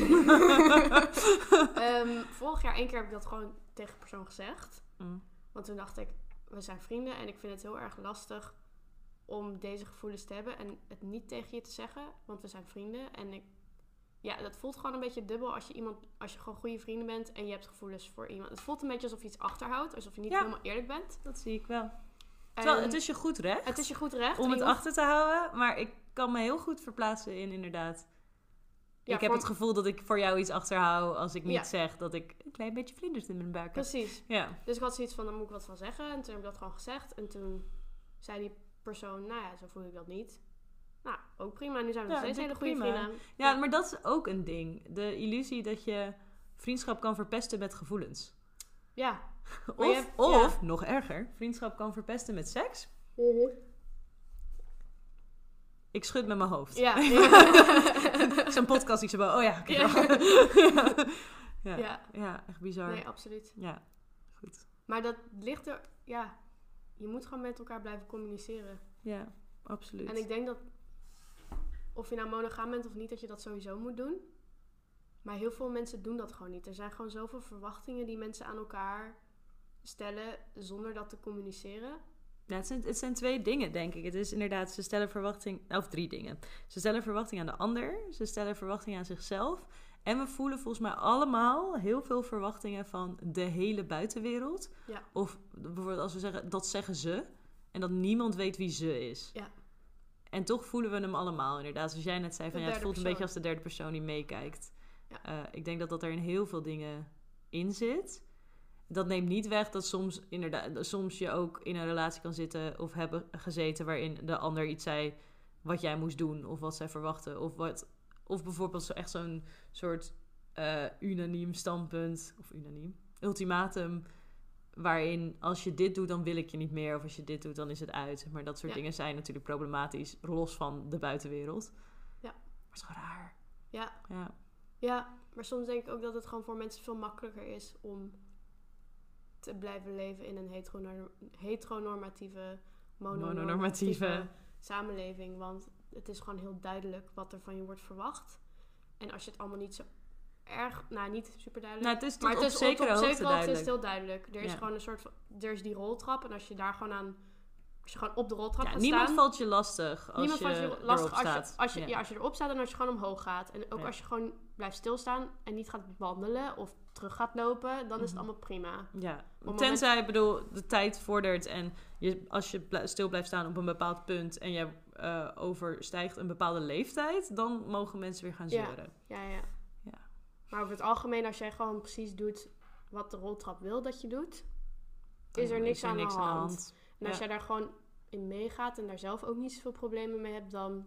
Vorig jaar 1 keer heb ik dat gewoon tegen een persoon gezegd. Want toen dacht ik, we zijn vrienden en ik vind het heel erg lastig om deze gevoelens te hebben en het niet tegen je te zeggen, want we zijn vrienden. En dat voelt gewoon een beetje dubbel als je gewoon goede vrienden bent en je hebt gevoelens voor iemand. Het voelt een beetje alsof je iets achterhoudt, alsof je niet helemaal eerlijk bent. Dat zie ik wel. Terwijl, het is je goed recht. Het is je goed recht. Om het achter te houden, maar ik kan me heel goed verplaatsen in inderdaad. Ja, ik heb het gevoel dat ik voor jou iets achterhoud als ik niet zeg dat ik een klein beetje vlinders in mijn buik heb. Precies. Ja. Dus ik had zoiets van, daar moet ik wat van zeggen. En toen heb ik dat gewoon gezegd. En toen zei die persoon, nou ja, zo voel ik dat niet. Nou, ook prima. Nu zijn we nog steeds hele goede vrienden. Ja, maar dat is ook een ding. De illusie dat je vriendschap kan verpesten met gevoelens. Ja. Of nog erger, vriendschap kan verpesten met seks. Ik schud met mijn hoofd. Ja. Zo'n podcast, ik zo, ja, echt bizar. Nee, absoluut. Ja, goed. Maar dat ligt er, je moet gewoon met elkaar blijven communiceren. Ja, absoluut. En ik denk dat, of je nou monogaam bent of niet, dat je dat sowieso moet doen. Maar heel veel mensen doen dat gewoon niet. Er zijn gewoon zoveel verwachtingen die mensen aan elkaar stellen zonder dat te communiceren. Ja, het zijn 2 dingen, denk ik. Het is inderdaad, ze stellen verwachting... Of 3 dingen. Ze stellen verwachting aan de ander. Ze stellen verwachting aan zichzelf. En we voelen volgens mij allemaal heel veel verwachtingen van de hele buitenwereld. Ja. Of bijvoorbeeld als we zeggen, dat zeggen ze. En dat niemand weet wie ze is. Ja. En toch voelen we hem allemaal, inderdaad. Zoals jij net zei, van, het voelt een beetje als de derde persoon die meekijkt. Ja. Ik denk dat er in heel veel dingen in zit. Dat neemt niet weg dat soms je ook in een relatie kan zitten of hebben gezeten waarin de ander iets zei wat jij moest doen of wat zij verwachten. Of bijvoorbeeld echt zo'n soort unaniem standpunt, of ultimatum, waarin als je dit doet, dan wil ik je niet meer. Of als je dit doet, dan is het uit. Maar dat soort dingen zijn natuurlijk problematisch, los van de buitenwereld. Ja. Maar het is gewoon raar. Ja, maar soms denk ik ook dat het gewoon voor mensen veel makkelijker is om te blijven leven in een heteronormatieve, mononormatieve samenleving. Want het is gewoon heel duidelijk wat er van je wordt verwacht. En als je het allemaal niet zo erg... Nou, niet super duidelijk. Nou, het is maar het is op zekere hoogte is het heel duidelijk. Er is gewoon een soort van... Er is die roltrap. En als je daar gewoon aan... Als je gewoon op de roltrap gaat niemand staan... valt je lastig als je erop staat. Als je erop staat en als je gewoon omhoog gaat. En ook als je gewoon blijft stilstaan en niet gaat wandelen of terug gaat lopen, dan is het allemaal prima. Ja, tenzij, de tijd vordert en als je stil blijft staan op een bepaald punt en je overstijgt een bepaalde leeftijd, dan mogen mensen weer gaan zeuren. Ja. Maar over het algemeen, als jij gewoon precies doet wat de roltrap wil dat je doet, is er niks aan de hand. En als jij daar gewoon in meegaat en daar zelf ook niet zoveel problemen mee hebt, dan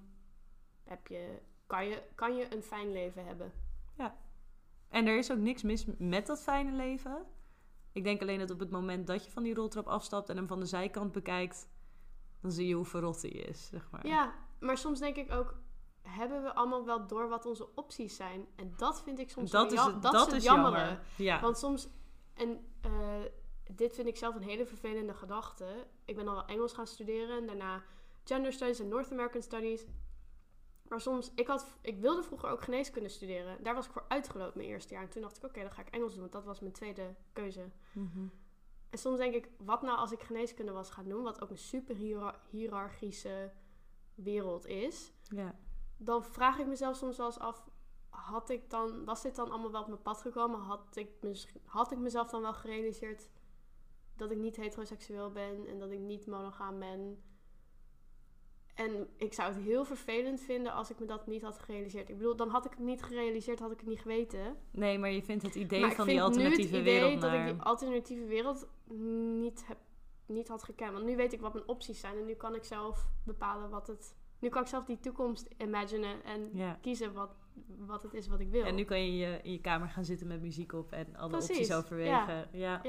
kan je een fijn leven hebben. Ja. En er is ook niks mis met dat fijne leven. Ik denk alleen dat op het moment dat je van die roltrap afstapt en hem van de zijkant bekijkt, dan zie je hoe verrot hij is, zeg maar. Ja, maar soms denk ik ook, hebben we allemaal wel door wat onze opties zijn? En dat vind ik soms dat is het jammere. Ja. Want soms... dit vind ik zelf een hele vervelende gedachte. Ik ben al wel Engels gaan studeren en daarna Gender Studies en North American Studies. Maar soms... Ik wilde vroeger ook geneeskunde studeren. Daar was ik voor uitgelopen mijn eerste jaar. En toen dacht ik, oké, dan ga ik Engels doen. Want dat was mijn tweede keuze. Mm-hmm. En soms denk ik, wat nou als ik geneeskunde was gaan doen? Wat ook een super hiërarchische wereld is. Ja. Dan vraag ik mezelf soms wel eens af... was dit dan allemaal wel op mijn pad gekomen? Had ik mezelf dan wel gerealiseerd dat ik niet heteroseksueel ben en dat ik niet monogaam ben? En ik zou het heel vervelend vinden als ik me dat niet had gerealiseerd. Ik bedoel, dan had ik het niet gerealiseerd, had ik het niet geweten. Nee, maar je vindt het idee van die alternatieve wereld dat ik die alternatieve wereld niet had gekend. Want nu weet ik wat mijn opties zijn en nu kan ik zelf bepalen wat het... Nu kan ik zelf die toekomst imaginen en kiezen wat het is wat ik wil. En nu kan je in je kamer gaan zitten met muziek op en alle opties overwegen.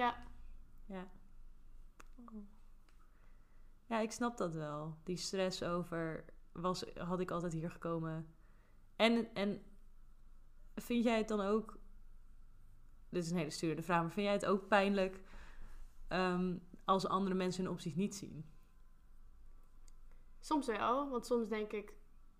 Ja, ik snap dat wel. Die stress over, had ik altijd hier gekomen? En vind jij het dan ook... Dit is een hele sturende vraag, maar vind jij het ook pijnlijk als andere mensen hun opties niet zien? Soms wel, want soms denk ik...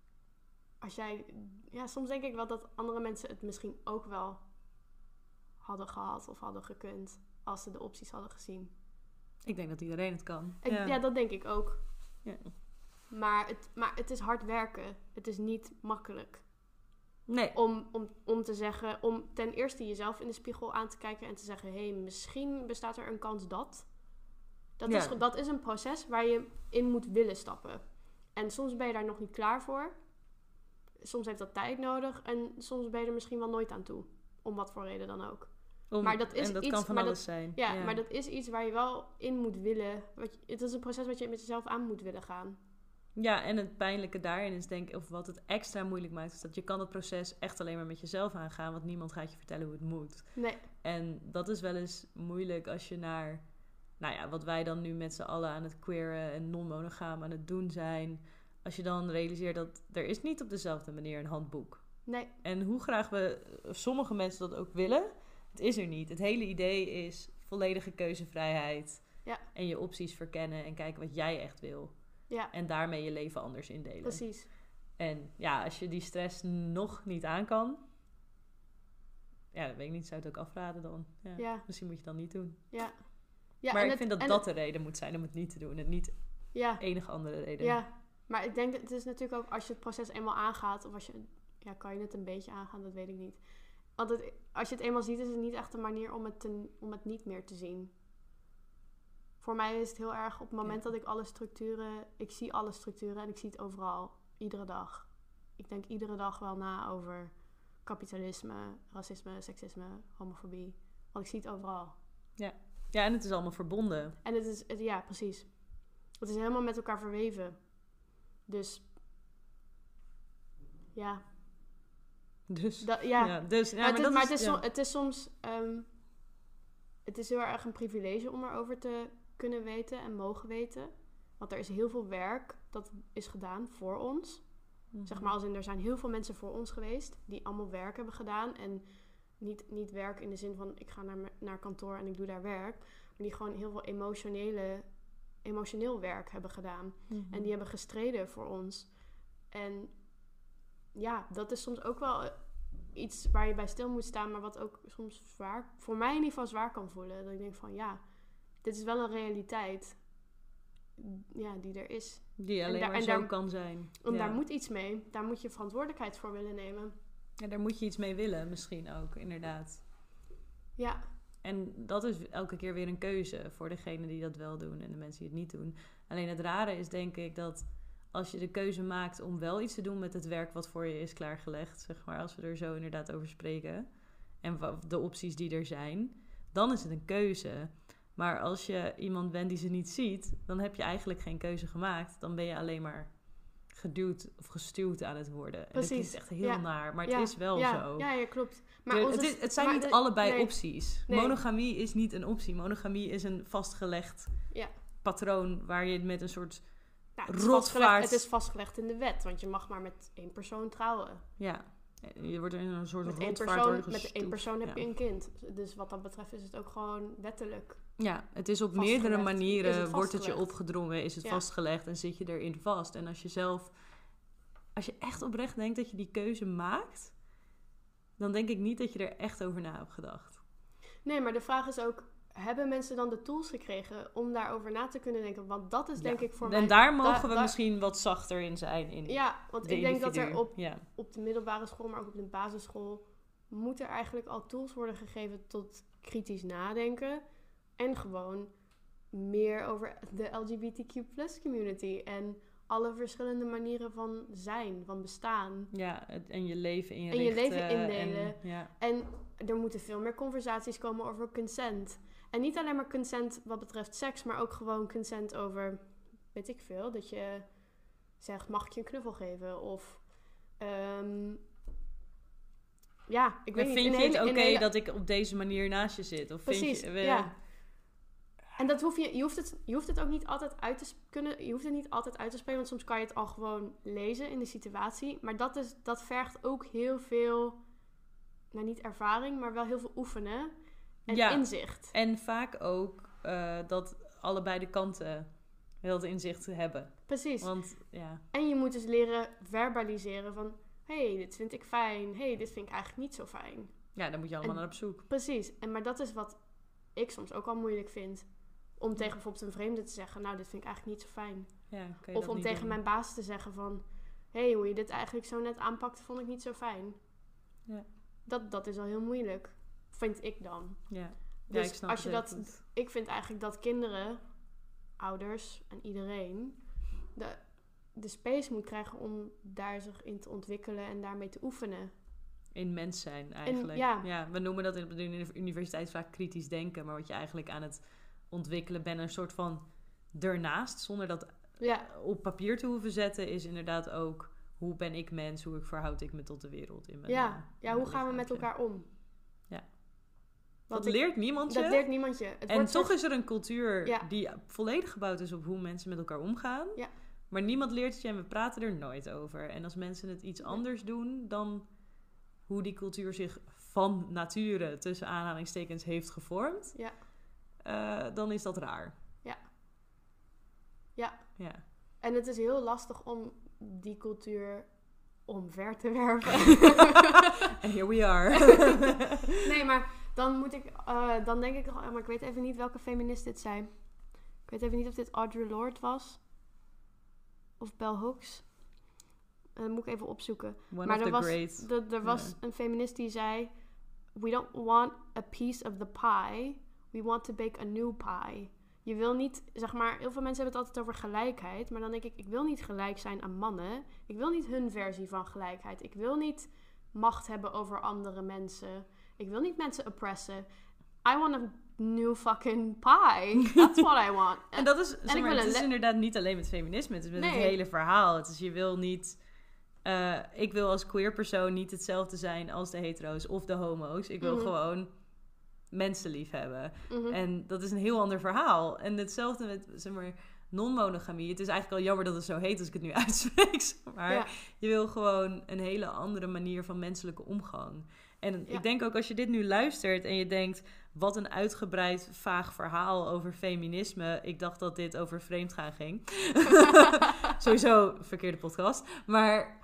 soms denk ik wel dat andere mensen het misschien ook wel hadden gehad of hadden gekund als ze de opties hadden gezien. Ik denk dat iedereen het kan. Ja, dat denk ik ook. Ja. Maar het is hard werken. Het is niet makkelijk. Nee. Om te zeggen... Om ten eerste jezelf in de spiegel aan te kijken en te zeggen... Hé, misschien bestaat er een kans dat. Dat is een proces waar je in moet willen stappen. En soms ben je daar nog niet klaar voor. Soms heeft dat tijd nodig. En soms ben je er misschien wel nooit aan toe. Om wat voor reden dan ook. Maar dat kan van alles zijn. Ja, maar dat is iets waar je wel in moet willen. Het is een proces wat je met jezelf aan moet willen gaan. Ja, en het pijnlijke daarin is denk ik... Of wat het extra moeilijk maakt... Is dat je kan het proces echt alleen maar met jezelf aangaan. Want niemand gaat je vertellen hoe het moet. Nee. En dat is wel eens moeilijk als je naar... Nou ja, wat wij dan nu met z'n allen aan het queeren en non-monogaam aan het doen zijn. Als je dan realiseert dat er is niet op dezelfde manier een handboek. Nee. En hoe graag sommige mensen dat ook willen, het is er niet. Het hele idee is volledige keuzevrijheid. Ja. En je opties verkennen en kijken wat jij echt wil. Ja. En daarmee je leven anders indelen. Precies. En ja, als je die stress nog niet aan kan, ja, dat weet ik niet, zou het ook afraden dan. Ja. Misschien moet je het dan niet doen. Ja. Ja, maar ik vind dat de reden moet zijn om het niet te doen. En niet enige andere reden. Ja, maar ik denk dat het is natuurlijk ook als je het proces eenmaal aangaat, of als je, kan je het een beetje aangaan, dat weet ik niet. Want als je het eenmaal ziet, is het niet echt een manier om het niet meer te zien. Voor mij is het heel erg op het moment dat ik zie alle structuren en ik zie het overal, iedere dag. Ik denk iedere dag wel na over kapitalisme, racisme, seksisme, homofobie. Want ik zie het overal. Ja, en het is allemaal verbonden. En het is, precies. Het is helemaal met elkaar verweven. Dus, ja. Het is soms... het is heel erg een privilege om erover te kunnen weten en mogen weten. Want er is heel veel werk dat is gedaan voor ons. Mm-hmm. Zeg maar er zijn heel veel mensen voor ons geweest die allemaal werk hebben gedaan. En niet werk in de zin van ik ga naar kantoor en ik doe daar werk. Maar die gewoon heel veel emotioneel werk hebben gedaan. Mm-hmm. En die hebben gestreden voor ons. En ja, dat is soms ook wel iets waar je bij stil moet staan, maar wat ook soms voor mij in ieder geval zwaar kan voelen. Dat ik denk van dit is wel een realiteit die er is. Die alleen maar zo kan zijn. En daar moet iets mee. Daar moet je verantwoordelijkheid voor willen nemen. Ja, daar moet je iets mee willen misschien ook, inderdaad. Ja. En dat is elke keer weer een keuze voor degenen die dat wel doen en de mensen die het niet doen. Alleen het rare is denk ik dat als je de keuze maakt om wel iets te doen met het werk wat voor je is klaargelegd, zeg maar, als we er zo inderdaad over spreken, en de opties die er zijn, dan is het een keuze. Maar als je iemand bent die ze niet ziet, dan heb je eigenlijk geen keuze gemaakt. Dan ben je alleen maar geduwd of gestuurd aan het worden. Precies. En dat is echt heel naar, maar het is wel zo. Ja, klopt. Maar het zijn niet allebei opties. Nee. Monogamie is niet een optie. Monogamie is een vastgelegd patroon waar je met een soort rotvaart... Het is vastgelegd in de wet, want je mag maar met 1 persoon trouwen. Ja, je wordt er in een soort rotvaart met 1 persoon heb je een kind. Dus wat dat betreft is het ook gewoon wettelijk. Ja, het is op meerdere manieren wordt het je opgedrongen, is het vastgelegd en zit je erin vast. En als je echt oprecht denkt dat je die keuze maakt, dan denk ik niet dat je er echt over na hebt gedacht. Nee, maar de vraag is ook, hebben mensen dan de tools gekregen om daarover na te kunnen denken? Want dat is denk ik voor mij... En daar mogen we misschien wat zachter in zijn. Want ik denk dat er op de middelbare school, maar ook op de basisschool, moet er eigenlijk al tools worden gegeven tot kritisch nadenken. En gewoon meer over de LGBTQ+ community. En alle verschillende manieren van zijn, van bestaan. Ja, en je leven inrichten. En je leven indelen. En er moeten veel meer conversaties komen over consent. En niet alleen maar consent wat betreft seks, maar ook gewoon consent over, weet ik veel, dat je zegt, mag ik je een knuffel geven? Of, ik weet niet. Vind je het oké dat ik op deze manier naast je zit? Of precies, vind je, En dat je hoeft het ook niet altijd uit te kunnen. Je hoeft het niet altijd uit te spelen, want soms kan je het al gewoon lezen in de situatie. Maar dat vergt ook heel veel, niet ervaring, maar wel heel veel oefenen en inzicht. En vaak ook dat allebei de kanten heel het inzicht hebben. Precies. Want, En je moet dus leren verbaliseren van, hey, dit vind ik fijn. Hey, dit vind ik eigenlijk niet zo fijn. Ja, daar moet je allemaal naar op zoek. Precies. Maar dat is wat ik soms ook al moeilijk vind. Om tegen bijvoorbeeld een vreemde te zeggen, nou, dit vind ik eigenlijk niet zo fijn. Ja, of om tegen mijn baas te zeggen van, hey, hoe je dit eigenlijk zo net aanpakte, vond ik niet zo fijn. Ja. Dat is al heel moeilijk. Vind ik dan. Ja. Dus ik snap als je het. Ik vind eigenlijk dat kinderen, ouders en iedereen de space moet krijgen om daar zich in te ontwikkelen en daarmee te oefenen. In mens zijn eigenlijk. We noemen dat in de universiteit vaak kritisch denken, maar wat je eigenlijk aan het ontwikkelen bent, een soort van ernaast, zonder dat op papier te hoeven zetten, is inderdaad ook, hoe ben ik mens, hoe verhoud ik me tot de wereld in mijn hoe gaan we met elkaar om? Ja. Dat leert niemand je. Dat leert niemand je. En toch is er een cultuur die volledig gebouwd is op hoe mensen met elkaar omgaan. Ja. Maar niemand leert het je en we praten er nooit over. En als mensen het iets anders doen dan hoe die cultuur zich van nature, tussen aanhalingstekens, heeft gevormd, dan is dat raar. Ja. En het is heel lastig om die cultuur omver te werpen. And here we are. Nee, maar dan denk ik, maar ik weet even niet welke feminist dit zei. Ik weet even niet of dit Audre Lorde was. of Bell Hooks. Dat moet ik even opzoeken. Maar er was een feminist die zei... We don't want a piece of the pie. We want to bake a new pie. Je wil niet, zeg maar... Heel veel mensen hebben het altijd over gelijkheid. Maar dan denk ik wil niet gelijk zijn aan mannen. Ik wil niet hun versie van gelijkheid. Ik wil niet macht hebben over andere mensen. Ik wil niet mensen oppressen. I want a new fucking pie. That's what I want. En dat is, het is inderdaad niet alleen met feminisme. Het is met het hele verhaal. Het is, je wil niet... ik wil als queer persoon niet hetzelfde zijn als de hetero's of de homo's. Ik wil gewoon mensen lief hebben. En dat is een heel ander verhaal. En hetzelfde met, zeg maar, non-monogamie. Het is eigenlijk al jammer dat het zo heet als ik het nu uitspreek. Maar je wil gewoon een hele andere manier van menselijke omgang. En ik denk ook als je dit nu luistert en je denkt... wat een uitgebreid, vaag verhaal over feminisme. Ik dacht dat dit over vreemdgaan ging. Sowieso verkeerde podcast. Maar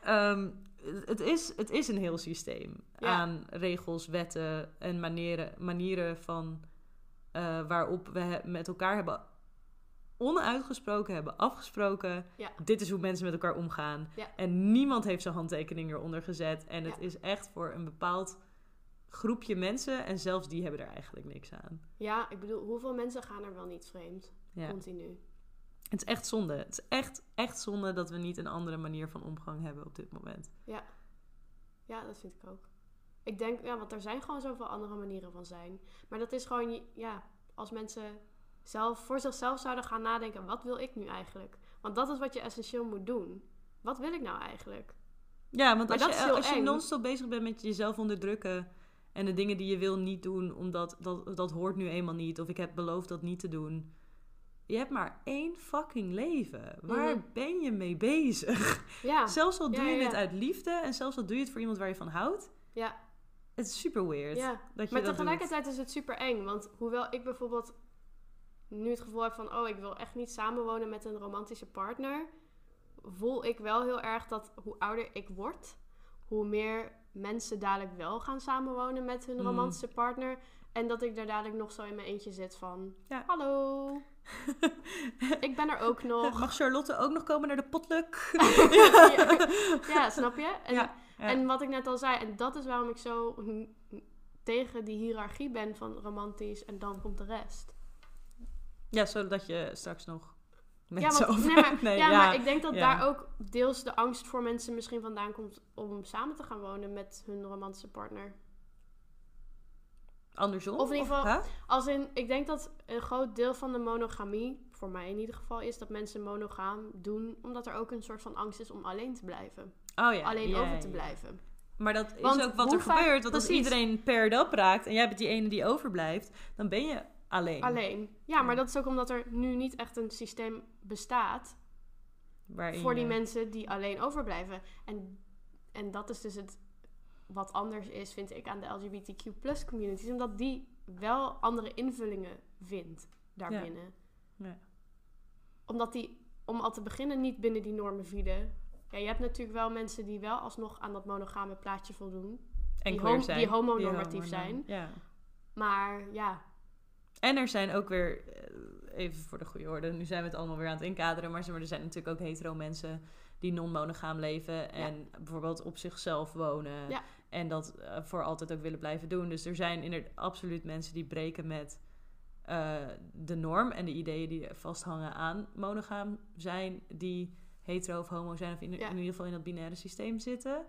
het is een heel systeem aan regels, wetten en manieren van... waarop we met elkaar hebben onuitgesproken hebben afgesproken... dit is hoe mensen met elkaar omgaan. En niemand heeft zijn handtekening eronder gezet. En het is echt voor een bepaald... groepje mensen en zelfs die hebben er eigenlijk niks aan. Ja, ik bedoel, hoeveel mensen gaan er wel niet vreemd? Continu. Het is echt zonde. Het is echt zonde dat we niet een andere manier van omgang hebben op dit moment. Ja, dat vind ik ook. Ik denk, want er zijn gewoon zoveel andere manieren van zijn. Maar dat is gewoon, als mensen voor zichzelf zouden gaan nadenken, wat wil ik nu eigenlijk? Want dat is wat je essentieel moet doen. Wat wil ik nou eigenlijk? Ja, want als je non-stop bezig bent met jezelf onderdrukken... en de dingen die je wil niet doen... omdat dat hoort nu eenmaal niet... of ik heb beloofd dat niet te doen... je hebt maar 1 fucking leven. Waar ben je mee bezig? Zelfs al doe je het uit liefde... en zelfs al doe je het voor iemand waar je van houdt... het is super weird. Maar tegelijkertijd is het super eng. Want hoewel ik bijvoorbeeld nu het gevoel heb van... ik wil echt niet samenwonen met een romantische partner... voel ik wel heel erg dat hoe ouder ik word... hoe meer mensen dadelijk wel gaan samenwonen met hun romantische partner... en dat ik daar dadelijk nog zo in mijn eentje zit van... Hallo, ik ben er ook nog. Mag Charlotte ook nog komen naar de potluck? Ja, snap je? En wat ik net al zei... en dat is waarom ik zo tegen die hiërarchie ben van romantisch... en dan komt de rest. Ja, zodat je straks nog... maar ik denk dat daar ook deels de angst voor mensen misschien vandaan komt... om samen te gaan wonen met hun romantische partner. Andersom? Of in ieder geval, ik denk dat een groot deel van de monogamie... voor mij in ieder geval is dat mensen monogaam doen... omdat er ook een soort van angst is om alleen te blijven. Alleen over te blijven. Maar dat is ook wat er gebeurt. Want als iedereen paired up raakt... en jij bent die ene die overblijft... dan ben je... Alleen. Ja, maar dat is ook omdat er nu niet echt een systeem bestaat... voor die mensen die alleen overblijven. En dat is dus het wat anders is, vind ik, aan de LGBTQ+ communities. Omdat die wel andere invullingen vindt daarbinnen. Ja. Omdat die, om al te beginnen, niet binnen die normen vielen. Ja, je hebt natuurlijk wel mensen die wel alsnog aan dat monogame plaatje voldoen. En die homonormatief zijn. Ja. Maar ja... En er zijn ook weer, even voor de goede orde, nu zijn we het allemaal weer aan het inkaderen, maar er zijn natuurlijk ook hetero mensen die non-monogaam leven en bijvoorbeeld op zichzelf wonen en dat voor altijd ook willen blijven doen. Dus er zijn absoluut mensen die breken met de norm en de ideeën die vasthangen aan monogaam zijn, die hetero of homo zijn of in ieder geval in dat binaire systeem zitten.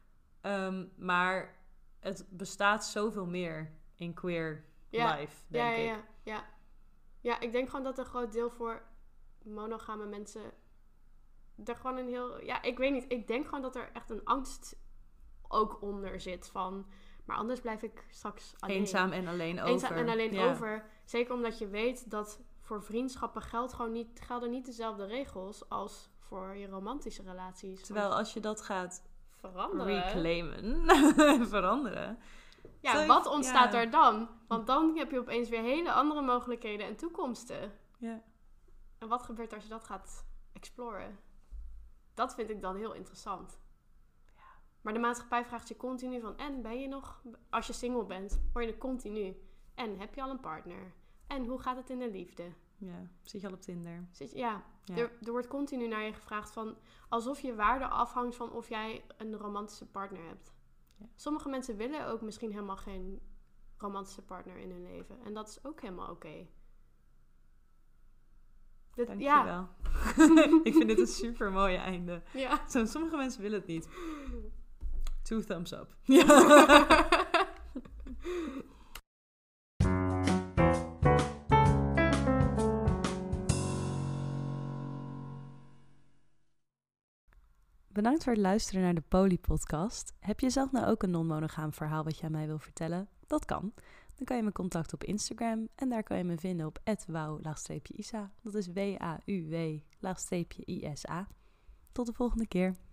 Maar het bestaat zoveel meer in queer life, denk ik. Ja, ik denk gewoon dat een groot deel voor monogame mensen er gewoon een heel... Ja, ik weet niet. Ik denk gewoon dat er echt een angst ook onder zit van... Maar anders blijf ik straks alleen. Eenzaam en alleen over. Eenzaam en alleen over. Zeker omdat je weet dat voor vriendschappen gelden niet dezelfde regels als voor je romantische relaties. Terwijl als je dat gaat reclaimen, veranderen... Ja, wat ontstaat er dan? Want dan heb je opeens weer hele andere mogelijkheden en toekomsten. Ja. En wat gebeurt als je dat gaat exploren? Dat vind ik dan heel interessant. Ja. Maar de maatschappij vraagt je continu van... En ben je nog... Als je single bent, hoor je het continu. En heb je al een partner? En hoe gaat het in de liefde? Ja, zit je al op Tinder? Ja. Er wordt continu naar je gevraagd van... alsof je waarde afhangt van of jij een romantische partner hebt. Ja. Sommige mensen willen ook misschien helemaal geen romantische partner in hun leven. En dat is ook helemaal oké. Dankjewel. Ja. Ik vind dit een super mooie einde. Ja. Sommige mensen willen het niet. 2 thumbs up. Ja. Bedankt voor het luisteren naar de Poly-podcast. Heb je zelf nou ook een non-monogaam verhaal wat je aan mij wil vertellen? Dat kan. Dan kan je me contacten op Instagram en daar kan je me vinden op @wauw_isa. Dat is WAUW_ISA. Tot de volgende keer.